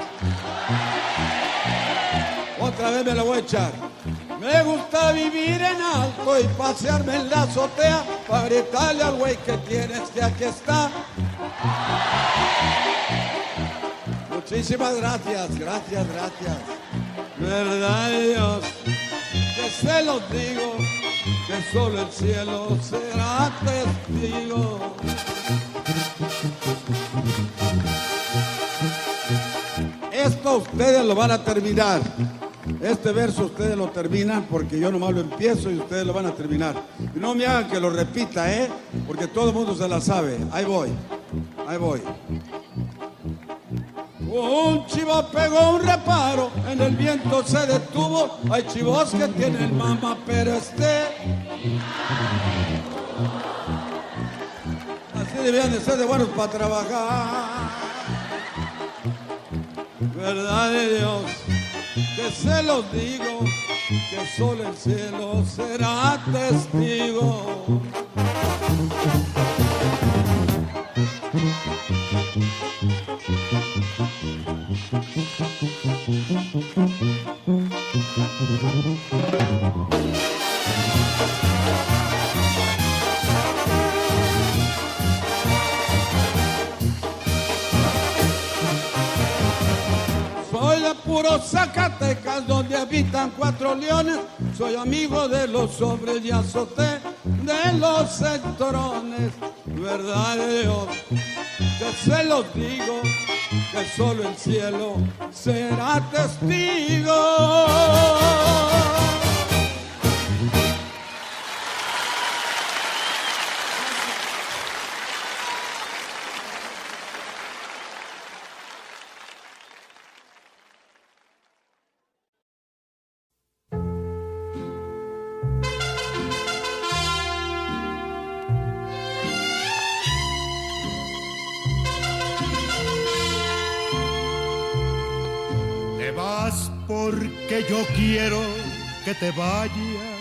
Otra vez me la voy a echar. Me gusta vivir en alto y pasearme en la azotea para gritarle al güey que tienes que aquí está. Muchísimas gracias, gracias, gracias. Verdad de Dios, que se los digo, que solo el cielo será testigo. Esto ustedes lo van a terminar. Este verso ustedes lo terminan porque yo nomás lo empiezo y ustedes lo van a terminar. Y no me hagan que lo repita, porque todo el mundo se la sabe. Ahí voy, ahí voy. Un chivo pegó un reparo, en el viento se detuvo. Hay chivos que tienen mama, pero así debían de ser de buenos para trabajar. Verdad de Dios, que se los digo, que solo el cielo será testigo. Soy de puro Zacatecas, donde habitan 4 leones. Soy amigo de los hombres y azoté de los centrones. Verdad de Dios, que se los digo, que solo el cielo será testigo. Porque yo quiero que te vayas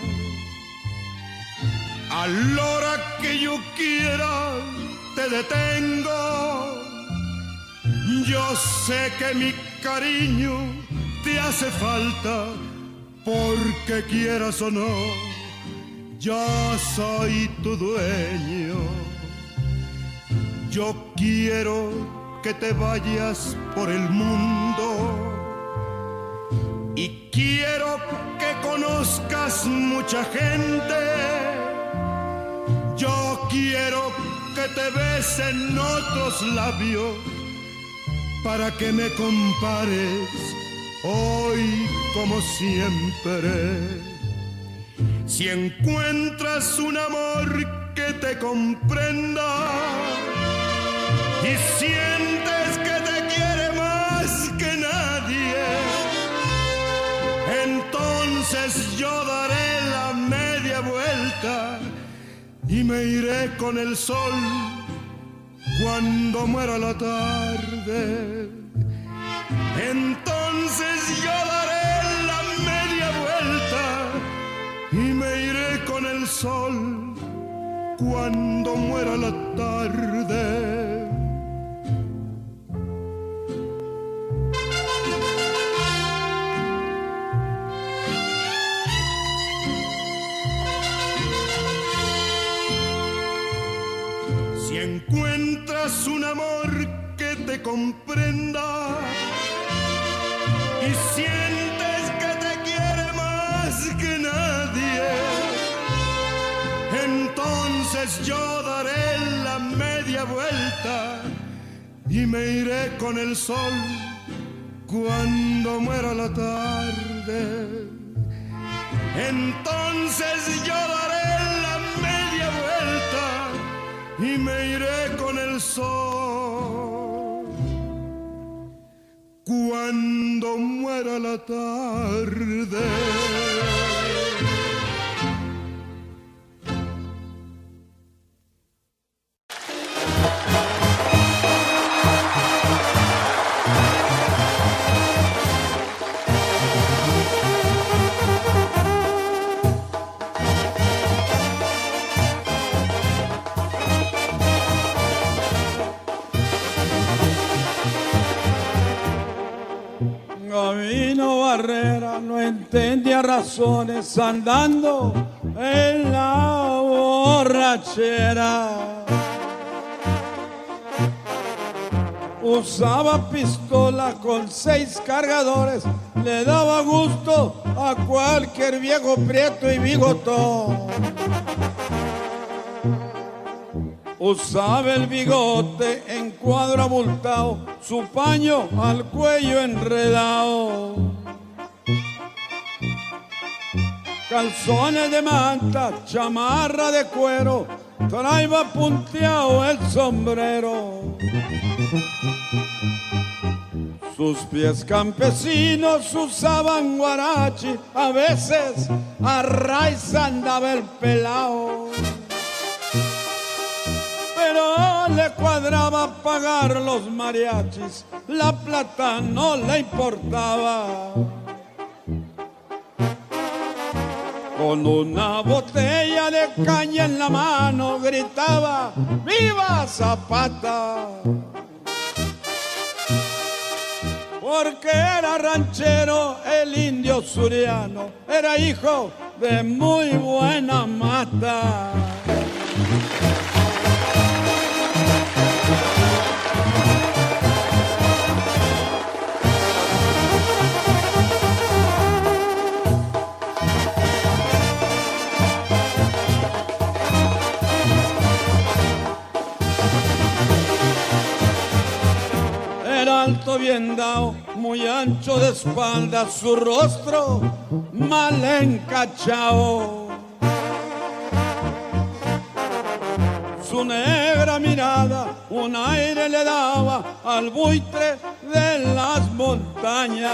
a la hora que yo quiera te detengo. Yo sé que mi cariño te hace falta, porque quieras o no, yo soy tu dueño. Yo quiero que te vayas por el mundo y quiero que conozcas mucha gente. Yo quiero que te besen otros labios para que me compares hoy como siempre. Si encuentras un amor que te comprenda y sientes que te quiere más que nadie, entonces yo daré la media vuelta y me iré con el sol cuando muera la tarde. Entonces yo daré la media vuelta y me iré con el sol cuando muera la tarde. Si encuentras un amor que te comprenda y sientes que te quiere más que nadie, entonces yo daré la media vuelta y me iré con el sol cuando muera la tarde. Entonces yo daré la media vuelta y me iré con el sol cuando muera la tarde. Gabino Barrera no entendía razones andando en la borrachera. Usaba pistola con 6 cargadores, le daba gusto a cualquier viejo prieto y bigotón. Usaba el bigote en cuadro abultado, su paño al cuello enredado. Calzones de manta, chamarra de cuero, traía punteado el sombrero. Sus pies campesinos usaban guarachi, a veces a raíz andaba el pelao. Pero le cuadraba pagar los mariachis, la plata no le importaba. Con una botella de caña en la mano gritaba ¡Viva Zapata! Porque era ranchero el indio suriano, era hijo de muy buena mata. Alto bien dado, muy ancho de espalda, su rostro mal encachao. Su negra mirada un aire le daba al buitre de las montañas.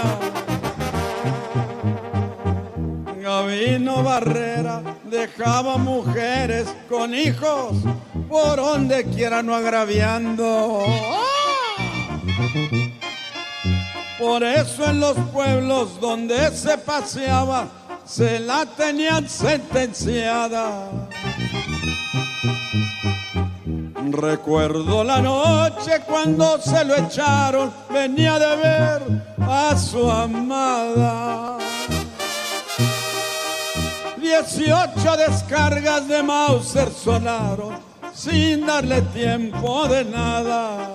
Gabino Barrera dejaba mujeres con hijos por donde quiera, no agraviando. Por eso en los pueblos donde se paseaba se la tenían sentenciada. Recuerdo la noche cuando se lo echaron, venía de ver a su amada. 18 descargas de Mauser sonaron sin darle tiempo de nada.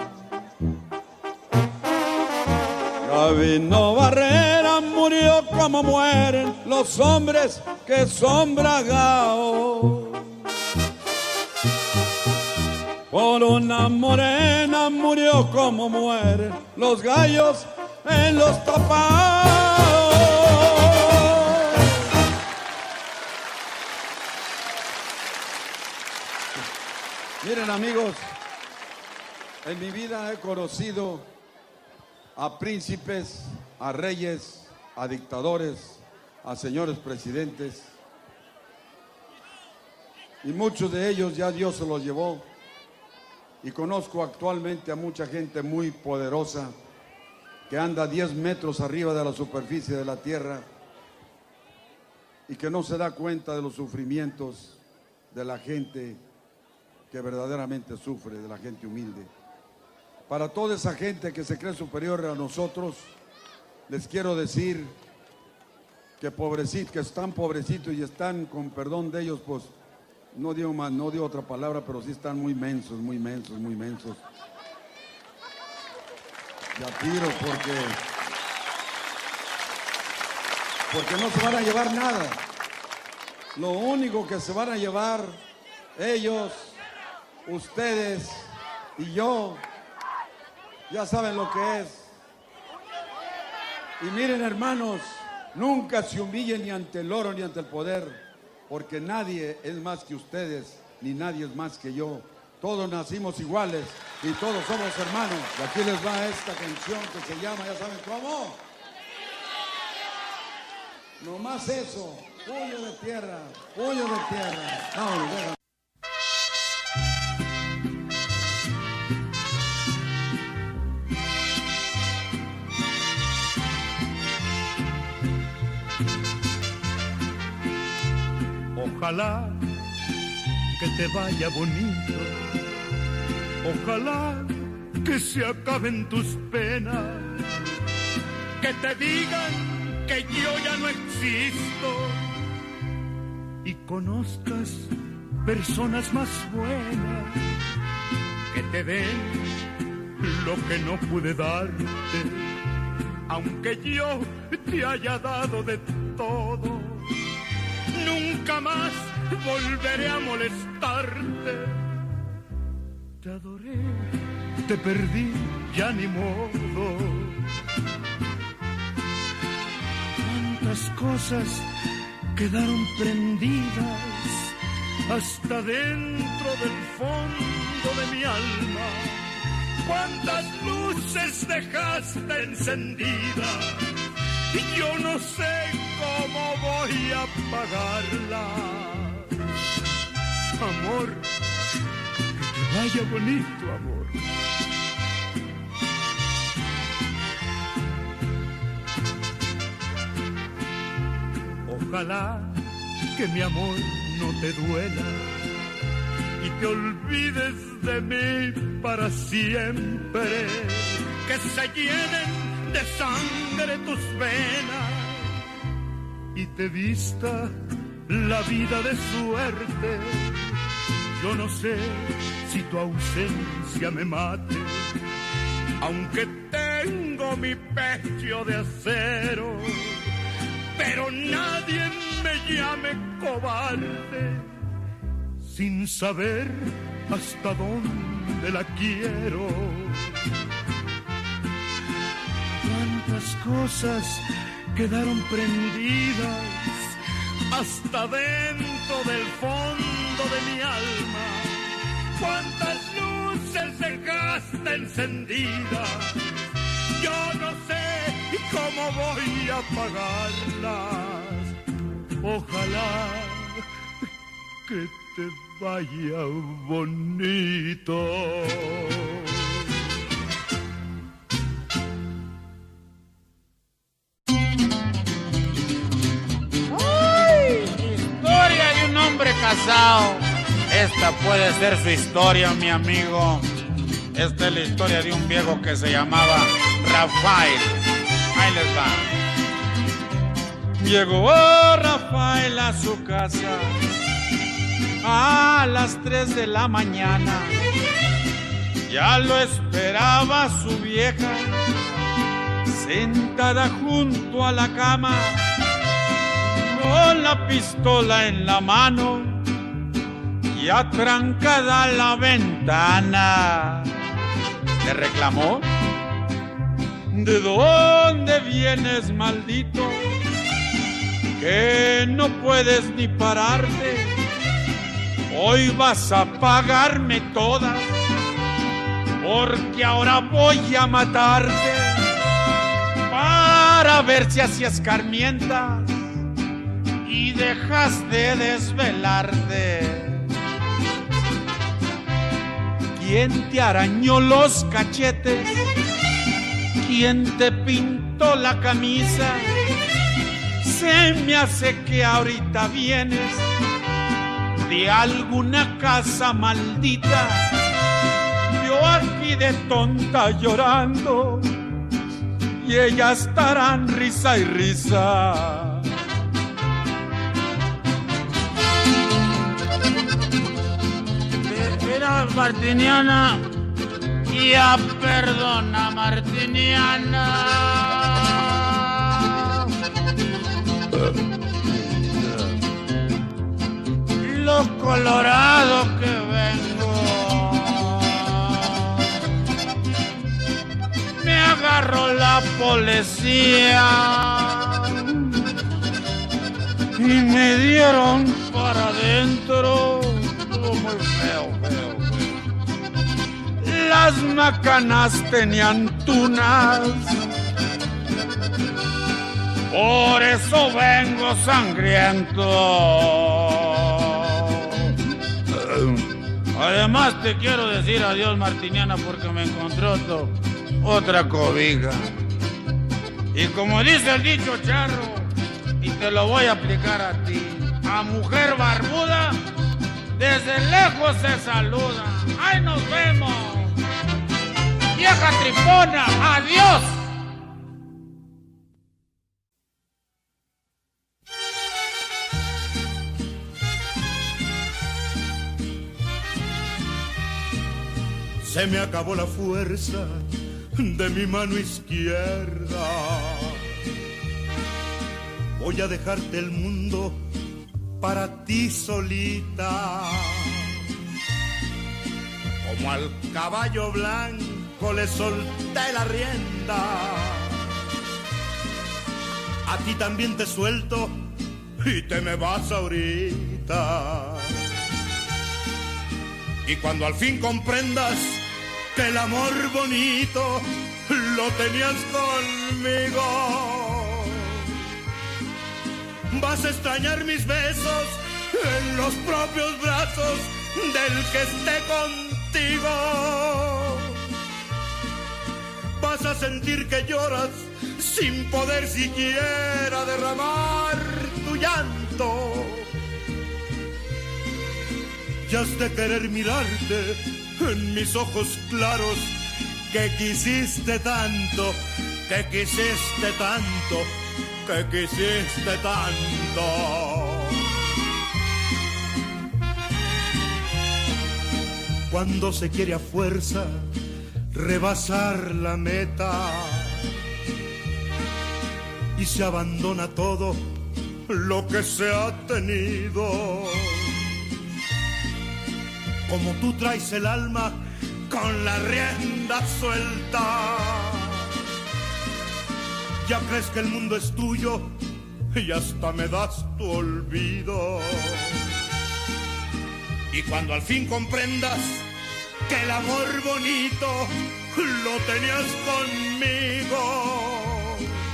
Gabino Barrera murió como mueren los hombres que son bragaos. Por una morena murió como mueren los gallos en los tapados. Miren, amigos, en mi vida he conocido a príncipes, a reyes, a dictadores, a señores presidentes, y muchos de ellos ya Dios se los llevó. Y conozco actualmente a mucha gente muy poderosa que anda 10 metros arriba de la superficie de la tierra y que no se da cuenta de los sufrimientos de la gente que verdaderamente sufre, de la gente humilde. Para toda esa gente que se cree superior a nosotros, les quiero decir que pobrecitos, que están pobrecitos y están, con perdón de ellos, pues no digo más, no digo otra palabra, pero sí están muy mensos, muy mensos, muy mensos. Ya tiro porque no se van a llevar nada. Lo único que se van a llevar ellos, ustedes y yo, ya saben lo que es. Y miren, hermanos, nunca se humillen ni ante el oro ni ante el poder, porque nadie es más que ustedes, ni nadie es más que yo. Todos nacimos iguales y todos somos hermanos. Y aquí les va esta canción que se llama, ¿ya saben cómo? No más eso, puño de tierra, puño de tierra. Vámonos, déjame. Ojalá que te vaya bonito, ojalá que se acaben tus penas, que te digan que yo ya no existo y conozcas personas más buenas que te den lo que no pude darte, aunque yo te haya dado de todo. Nunca más volveré a molestarte. Te adoré, te perdí, ya ni modo. Cuántas cosas quedaron prendidas hasta dentro del fondo de mi alma. Cuántas luces dejaste encendidas y yo no sé cómo voy a apagarlas. Amor, que te vaya bonito, amor. Ojalá que mi amor no te duela y te olvides de mí para siempre. Que se llenen de sangre tus venas y te vista la vida de suerte. Yo no sé si tu ausencia me mate, aunque tengo mi pecho de acero. Pero nadie me llame cobarde sin saber hasta dónde la quiero. Cuántas cosas quedaron prendidas hasta dentro del fondo de mi alma. Cuántas luces dejaste encendidas. Yo no sé cómo voy a apagarlas. Ojalá que te vaya bonito. ¡Ay! Historia de un hombre casado. Esta puede ser su historia, mi amigo. Esta es la historia de un viejo que se llamaba Rafael. Ahí les va. Llegó Rafael a su casa a las 3 de la mañana. Ya lo esperaba su vieja sentada junto a la cama con la pistola en la mano y atrancada la ventana. Le reclamó: ¿de dónde vienes, maldito? Que no puedes ni pararte. Hoy vas a pagarme todas, porque ahora voy a matarte para ver si así escarmientas y dejas de desvelarte. ¿Quién te arañó los cachetes? ¿Quién te pintó la camisa? Se me hace que ahorita vienes de alguna casa maldita. Yo aquí de tonta llorando y ellas estarán risa y risa. Mira, Martiniana, ya perdona, Martiniana. Lo colorado que vengo, me agarró la policía y me dieron para adentro. Muy feo. Las macanas tenían tunas, por eso vengo sangriento. Además te quiero decir adiós, Martiniana, porque me encontré otra cobija. Y como dice el dicho charro, y te lo voy a aplicar a ti: a mujer barbuda desde lejos se saluda. ¡Ay, nos vemos! ¡Vieja tripona! ¡Adiós! se me acabó la fuerza de mi mano izquierda. Voy a dejarte el mundo para ti solita. Como al caballo blanco le solté la rienda, a ti también te suelto y te me vas ahorita. Y cuando al fin comprendas que el amor bonito lo tenías conmigo, vas a extrañar mis besos en los propios brazos del que esté contigo. Vas a sentir que lloras sin poder siquiera derramar tu llanto. Y has de querer mirarte en mis ojos claros, que quisiste tanto, que quisiste tanto, que quisiste tanto. Cuando se quiere a fuerza rebasar la meta y se abandona todo lo que se ha tenido. Como tú traes el alma con la rienda suelta, ya crees que el mundo es tuyo y hasta me das tu olvido. Y cuando al fin comprendas que el amor bonito lo tenías conmigo,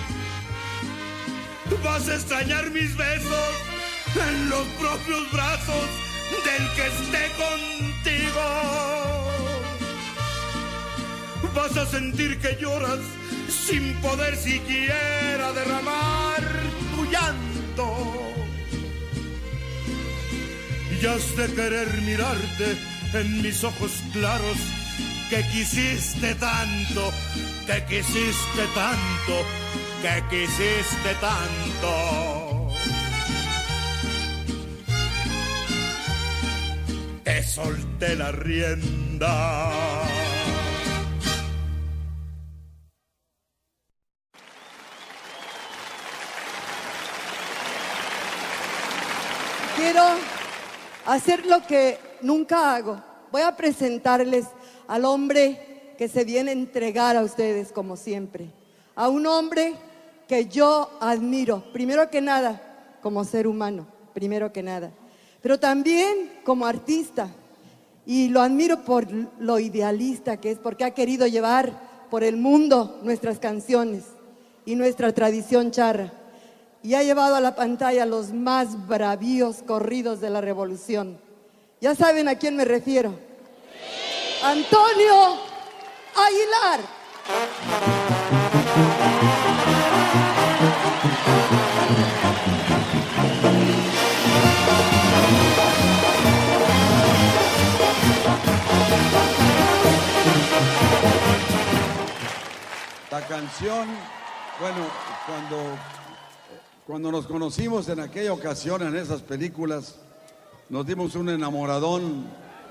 vas a extrañar mis besos en los propios brazos del que esté contigo. Vas a sentir que lloras sin poder siquiera derramar tu llanto. Y has de querer mirarte en mis ojos claros, que quisiste tanto, que quisiste tanto, que quisiste tanto. Te solté la rienda. Quiero hacer lo que nunca hago. Voy a presentarles al hombre que se viene a entregar a ustedes como siempre. A un hombre que yo admiro, primero que nada, como ser humano, primero que nada. Pero también como artista, y lo admiro por lo idealista que es, porque ha querido llevar por el mundo nuestras canciones y nuestra tradición charra, y ha llevado a la pantalla los más bravíos corridos de la revolución. ¿Ya saben a quién me refiero? Antonio Aguilar. La canción, bueno, cuando nos conocimos en aquella ocasión en esas películas, nos dimos un enamoradón,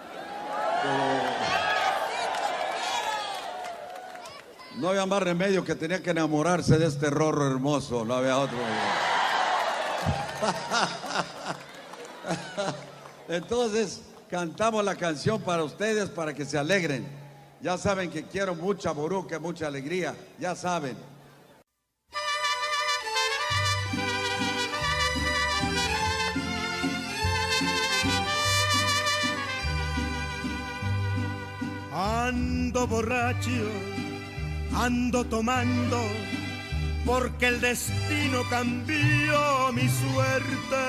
no había más remedio que tenía que enamorarse de este rorro hermoso, no había otro. Entonces cantamos la canción para ustedes, para que se alegren. Ya saben que quiero mucha boruca, mucha alegría, ya saben. Ando borracho, ando tomando, porque el destino cambió mi suerte.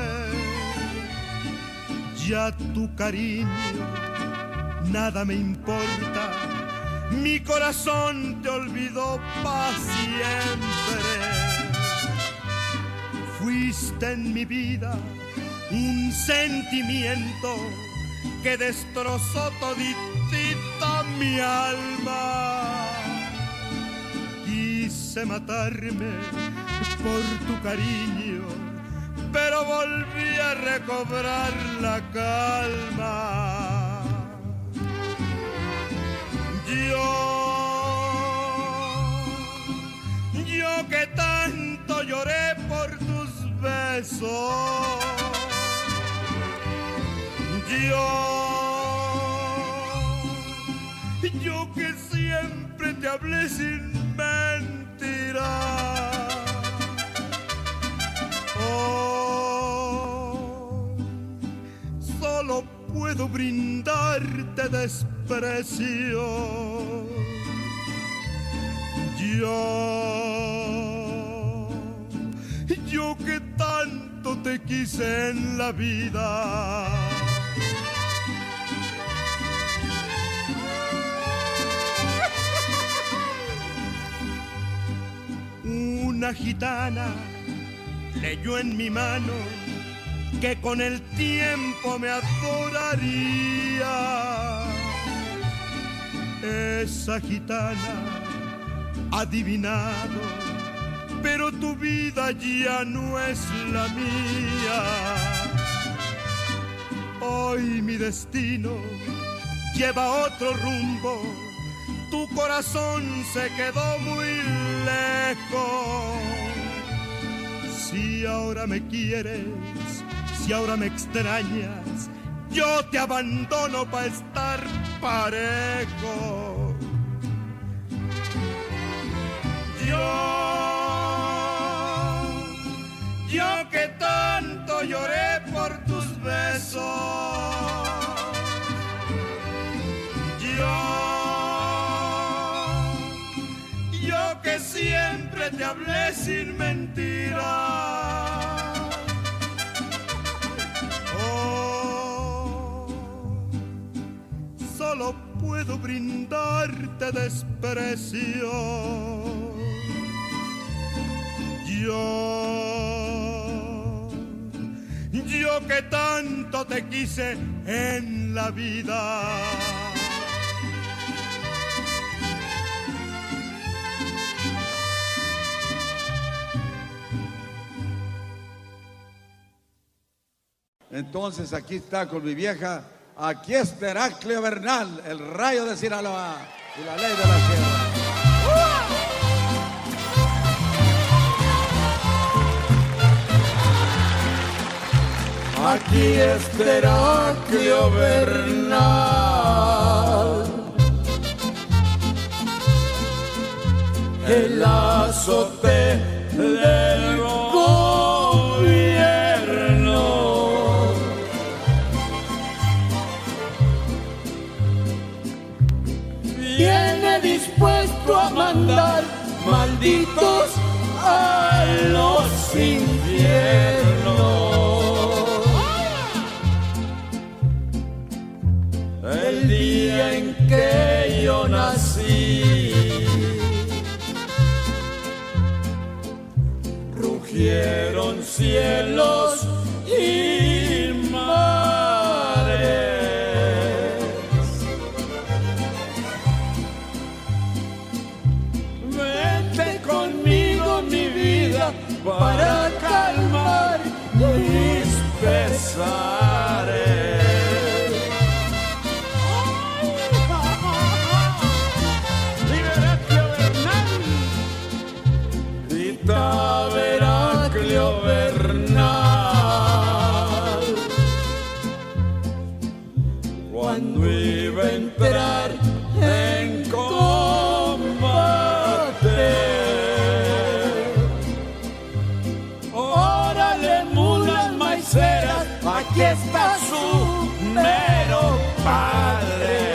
Ya tu cariño nada me importa, mi corazón te olvidó para siempre. Fuiste en mi vida un sentimiento que destrozó toditita mi alma. Quise matarme por tu cariño, pero volví a recobrar la calma. Yo que tanto lloré por tus besos, yo que siempre te hablé sin mentira, solo puedo brindarte desprecio. Yo que tanto te quise en la vida, una gitana leyó en mi mano que con el tiempo me adoraría. Esa gitana adivinado, pero tu vida ya no es la mía. Hoy mi destino lleva otro rumbo, tu corazón se quedó muy lejos. Si ahora me quieres, si ahora me extrañas, yo te abandono para estar parejo. Yo que tanto lloré por tus besos, yo que siempre te hablé sin mentira, solo puedo brindarte desprecio. Yo que tanto te quise en la vida. Entonces aquí está con mi vieja, aquí está Heraclio Bernal, el rayo de Sinaloa y la ley de la tierra. Aquí está Heraclio Bernal, el azote del gobierno. Viene dispuesto a mandar malditos a los infiernos. El día en que yo nací, rugieron cielos y mares. Vente conmigo, mi vida, para calmar mis pesares. Heraclio Bernal, cuando iba a entrar en combate, órale mulas maiceras, aquí está su mero padre.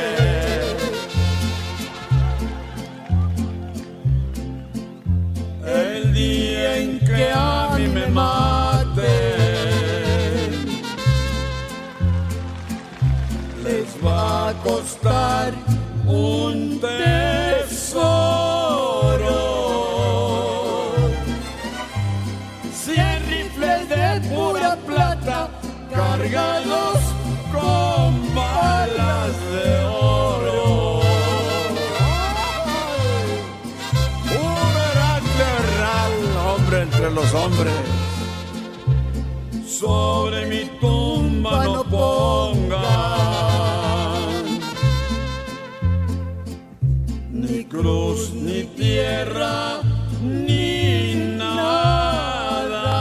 El día en que a mí me maten, les va a costar un tesoro. 100 rifles de pura plata cargados con balas de oro. Entre los hombres, sobre mi tumba no pongan cruz, ni tierra, ni nada.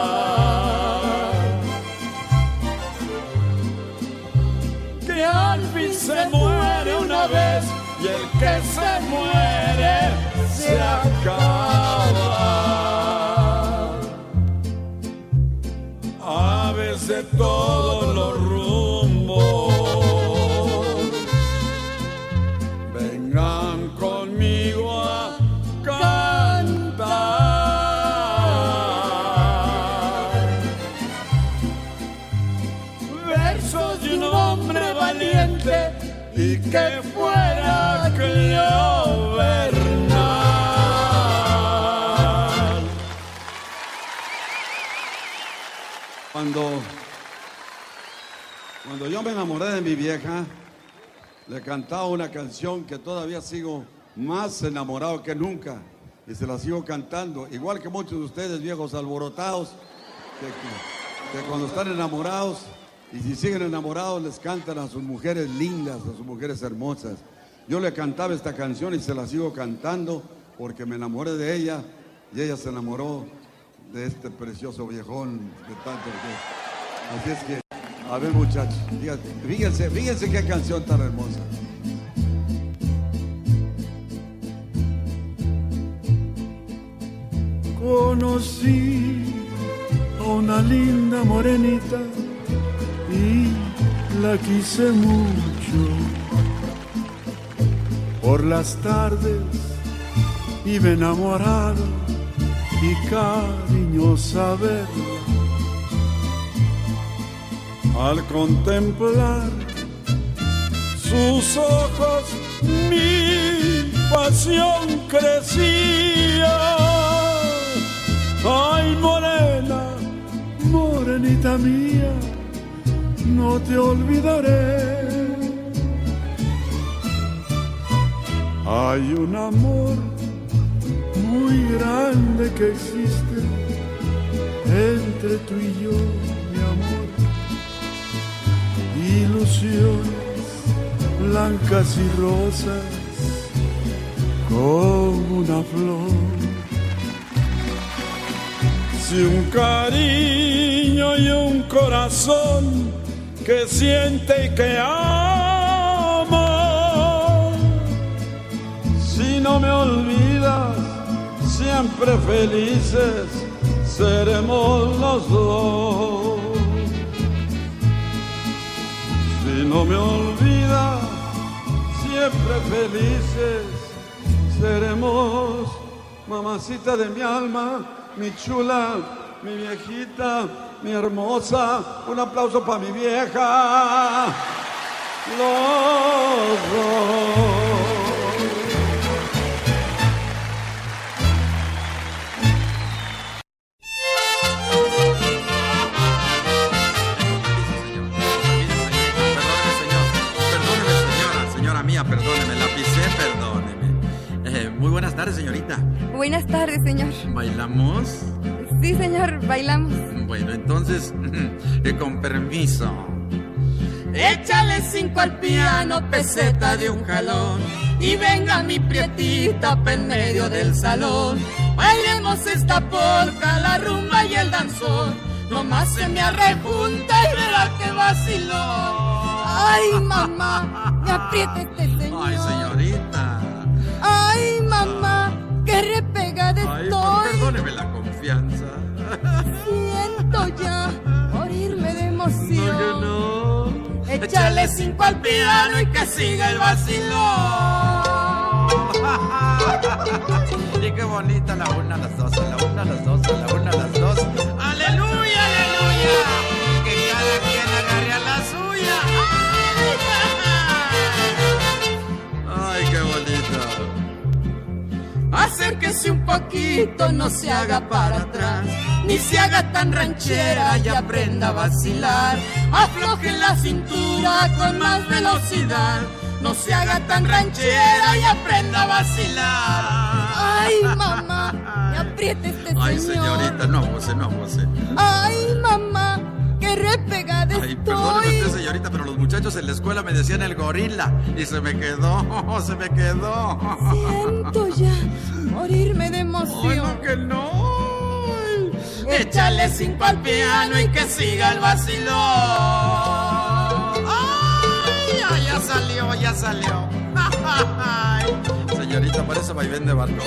Que al fin se muere una vez y el que se muere se acaba. Aves de todos los rumbos, vengan conmigo a cantar. Versos de un hombre valiente y que fuera Cleo Bernal. Cuando yo me enamoré de mi vieja, le cantaba una canción que todavía sigo más enamorado que nunca y se la sigo cantando, igual que muchos de ustedes viejos alborotados que cuando están enamorados y si siguen enamorados les cantan a sus mujeres lindas, a sus mujeres hermosas. Yo le cantaba esta canción y se la sigo cantando porque me enamoré de ella y ella se enamoró de este precioso viejón de tanto que... Así es que, a ver muchachos, fíjense qué canción tan hermosa. Conocí a una linda morenita y la quise mucho. Por las tardes iba enamorado y cariñosa verla. Al contemplar sus ojos mi pasión crecía. Ay, morena, morenita mía, no te olvidaré. Hay un amor muy grande que existe entre tú y yo, mi amor. Ilusiones blancas y rosas como una flor. Si un cariño y un corazón que siente y que ama. Si no me olvidas, siempre felices seremos los dos. Si no me olvidas, siempre felices seremos, mamacita de mi alma, mi chula, mi viejita, mi hermosa. Un aplauso para mi vieja. Los dos. Perdóneme, la pisé, perdóneme. Muy buenas tardes, señorita. Buenas tardes, señor. ¿Bailamos? Sí, señor, bailamos. Bueno, entonces, con permiso. Échale 5 al piano, peseta de un jalón, y venga mi prietita pa' en medio del salón. Bailemos esta polca, la rumba y el danzón. Nomás se me arrejunta y verá que vaciló. Ay, mamá, me aprieta este señor. Ay, señorita. Ay, mamá, qué repegada estoy. Perdóneme la confianza. Siento ya morirme de emoción. No. Échale 5 al piano y que siga el vacilón. Y qué bonita la una, las dos, la una, las dos, la una, las dos. ¡Aleluya, aleluya! Que cada quien agarre a la suya. ¡Ay, qué bonita! Acérquese un poquito, no se haga para atrás, ni se haga tan ranchera y aprenda a vacilar. Afloje la cintura con más velocidad, no se haga tan ranchera y aprenda a vacilar. Ay, mamá, me aprieta este señor. Ay, señorita, no abuse, no abuse. Ay, mamá, qué qué repegada Ay, estoy. perdóneme usted, señorita, pero los muchachos en la escuela me decían el gorila y se me quedó. Siento ya morirme de emoción. Ay, no, que no. Échale 5 al piano y que siga el vacilón. Ay, ya salió. Ay, señorita, parece vaivén de barco. Una,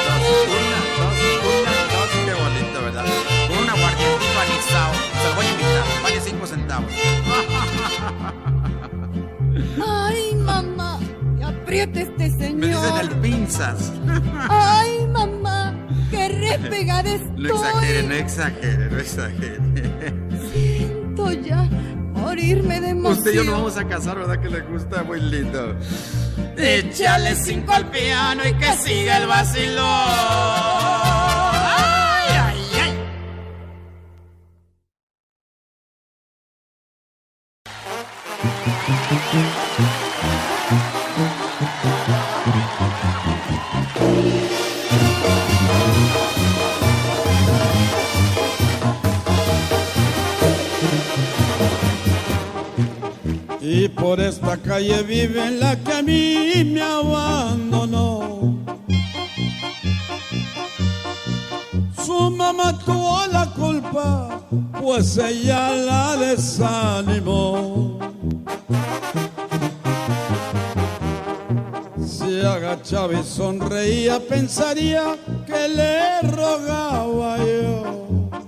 dos, qué bonito, ¿verdad? Con un aguardientito anisao. Se lo voy a invitar, vale 5 centavos. Ay, mamá, que apriete este señor. Me dicen el pinzas. Ay, mamá, qué repegada estoy. No exagere. Siento ya morirme de emoción. Usted y yo nos vamos a casar, ¿verdad? Que le gusta, muy lindo. Échale 5 al piano y que siga el vacilón. Ay. Y por esta calle vive la que a mí me abandonó. Su mamá tuvo la culpa, pues ella la desanimó. Se agachaba y sonreía, pensaría que le rogaba yo.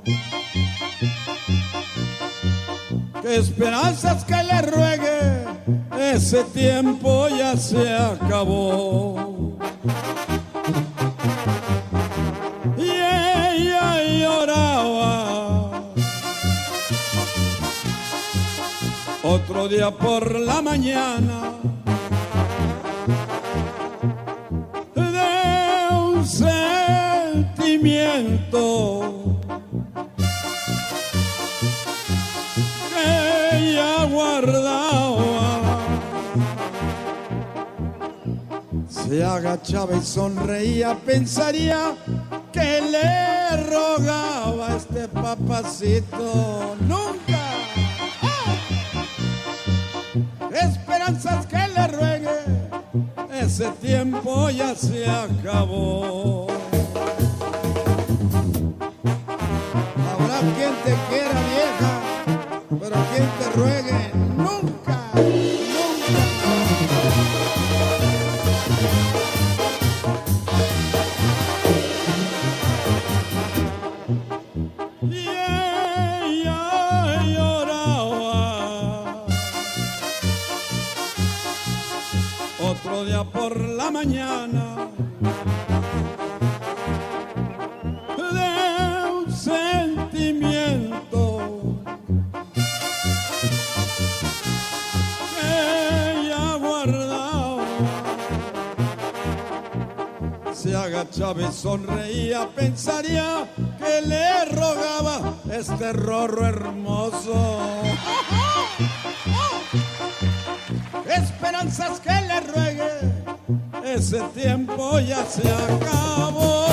¿Qué esperanzas que le ruegue? Ese tiempo ya se acabó. Y ella lloraba. Otro día por la mañana, de un sentimiento ella guardaba, se agachaba y sonreía, pensaría que le rogaba este papacito. Nunca esperanzas que le ruegue, ese tiempo ya se acabó. Habrá quien te quiera, vieja, pero quien te ruegue, nunca. Y ella lloraba. Otro día por la mañana, de un sentimiento se agachaba y sonreía, pensaría que le rogaba este rorro hermoso. Esperanzas que le ruegue, ese tiempo ya se acabó.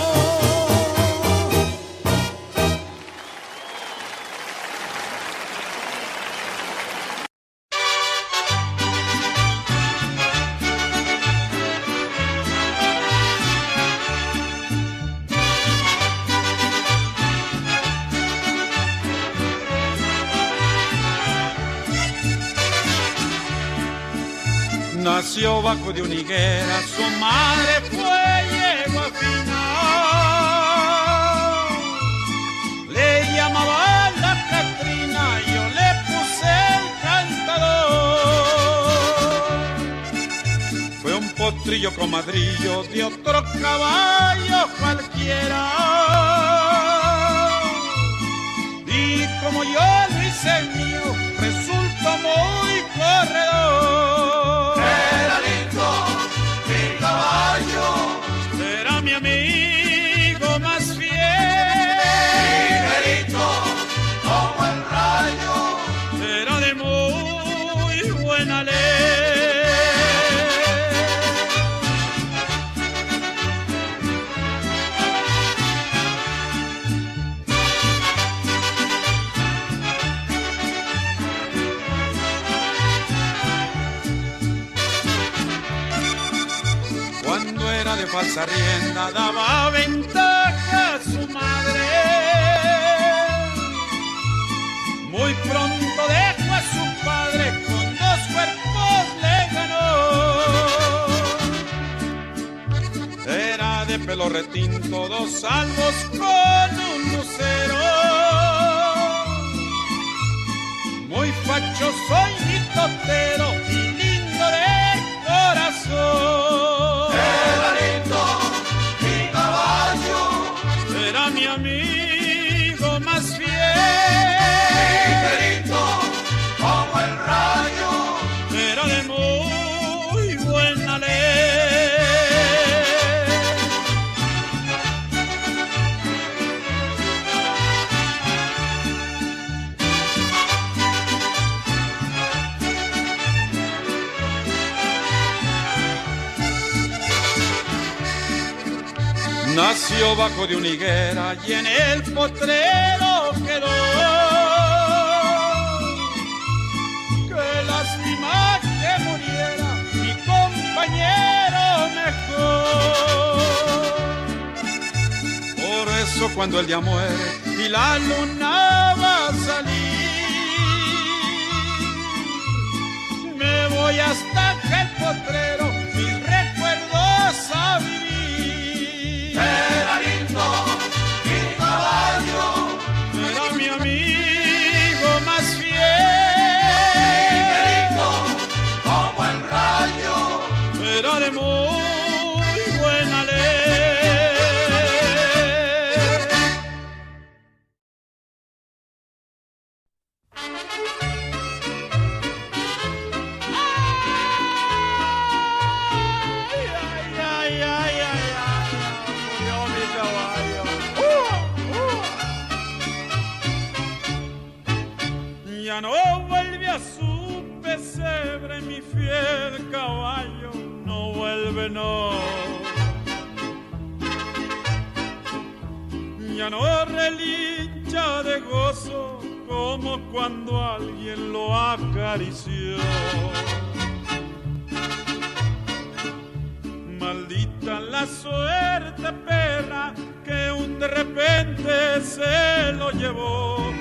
Nació bajo de una higuera, su madre fue yegua fina. Le llamaban la Catrina, yo le puse el cantador. Fue un potrillo comadrillo de otro caballo cualquiera. Y como yo lo hice mío, resultó muy corredor. Será mi amigo más fiel, ligerito como el rayo, será de muy buena ley. falsa rienda daba ventaja a su madre. Muy pronto dejó a su padre, con 2 cuerpos le ganó. Era de pelo retinto, 2 salvos con un lucero. Muy fachoso y mitotero y lindo de corazón. Era lindo mi caballo, era mi amigo más fiel. ligerito como el rayo, Era de muy buena ley. Nació bajo de una higuera y en el potrero quedó. Qué lástima que muriera mi compañero mejor. Por eso cuando el día muere y la luna va a salir, me voy hasta aquel potrero, mis recuerdos a vivir. era lindo mi caballo, Era mi amigo más fiel. ligerito como el rayo, Era de muy buena ley. Ay, ay, ay, ay, ay, ay, murió mi caballo. Ya no vuelve a su pesebre mi fiel caballo, no vuelve, no. Ya no relincha de gozo como cuando alguien lo acarició. Maldita la suerte perra que un de repente se lo llevó.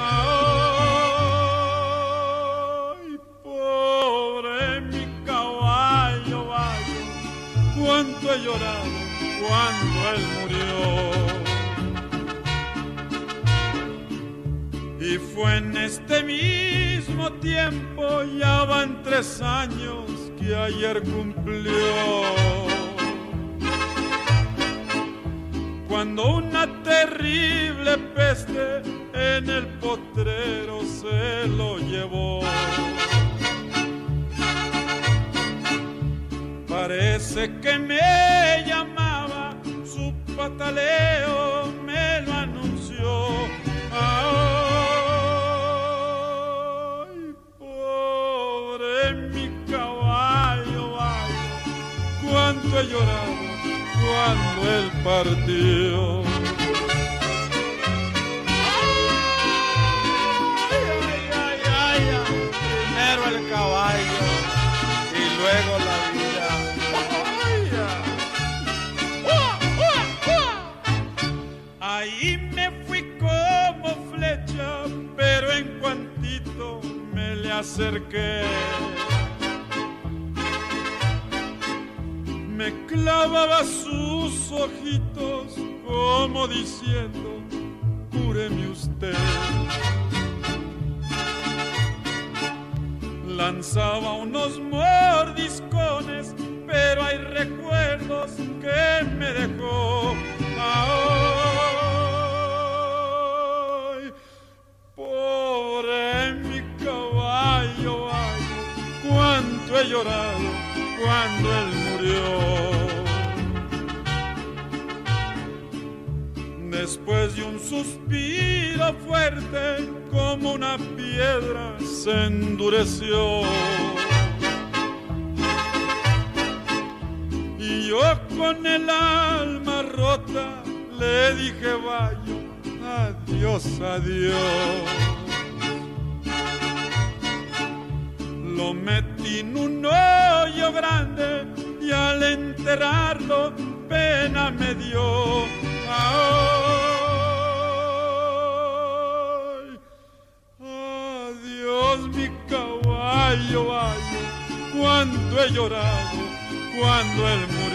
Ay, pobre mi caballo, vaya, cuánto he llorado cuando él murió. Y fue en este mismo tiempo, ya van 3 años que ayer cumplió, cuando una terrible peste en el potrero se lo llevó. Parece que me llamaba, su pataleo me lo anunció. Ay, pobre mi caballo, vaya, cuánto he llorado cuando él partió. Ay, ay, ay, ay, primero el caballo y luego la vida. Ay, ahí me fui como flecha, pero en cuantito me le acerqué, me clavaba sus ojitos como diciendo, cúreme usted. Lanzaba unos mordiscones, pero hay recuerdos que me dejó. Ay, pobre mi caballo, ay, cuánto he llorado cuando él murió. Después de un suspiro fuerte, como una piedra se endureció. Y yo con el alma rota le dije, vaya, adiós, adiós. Lo metí en un hoyo grande y al entrar enterrarlo pena me dio. Ay, adiós mi caballo, cuánto he llorado cuando él murió.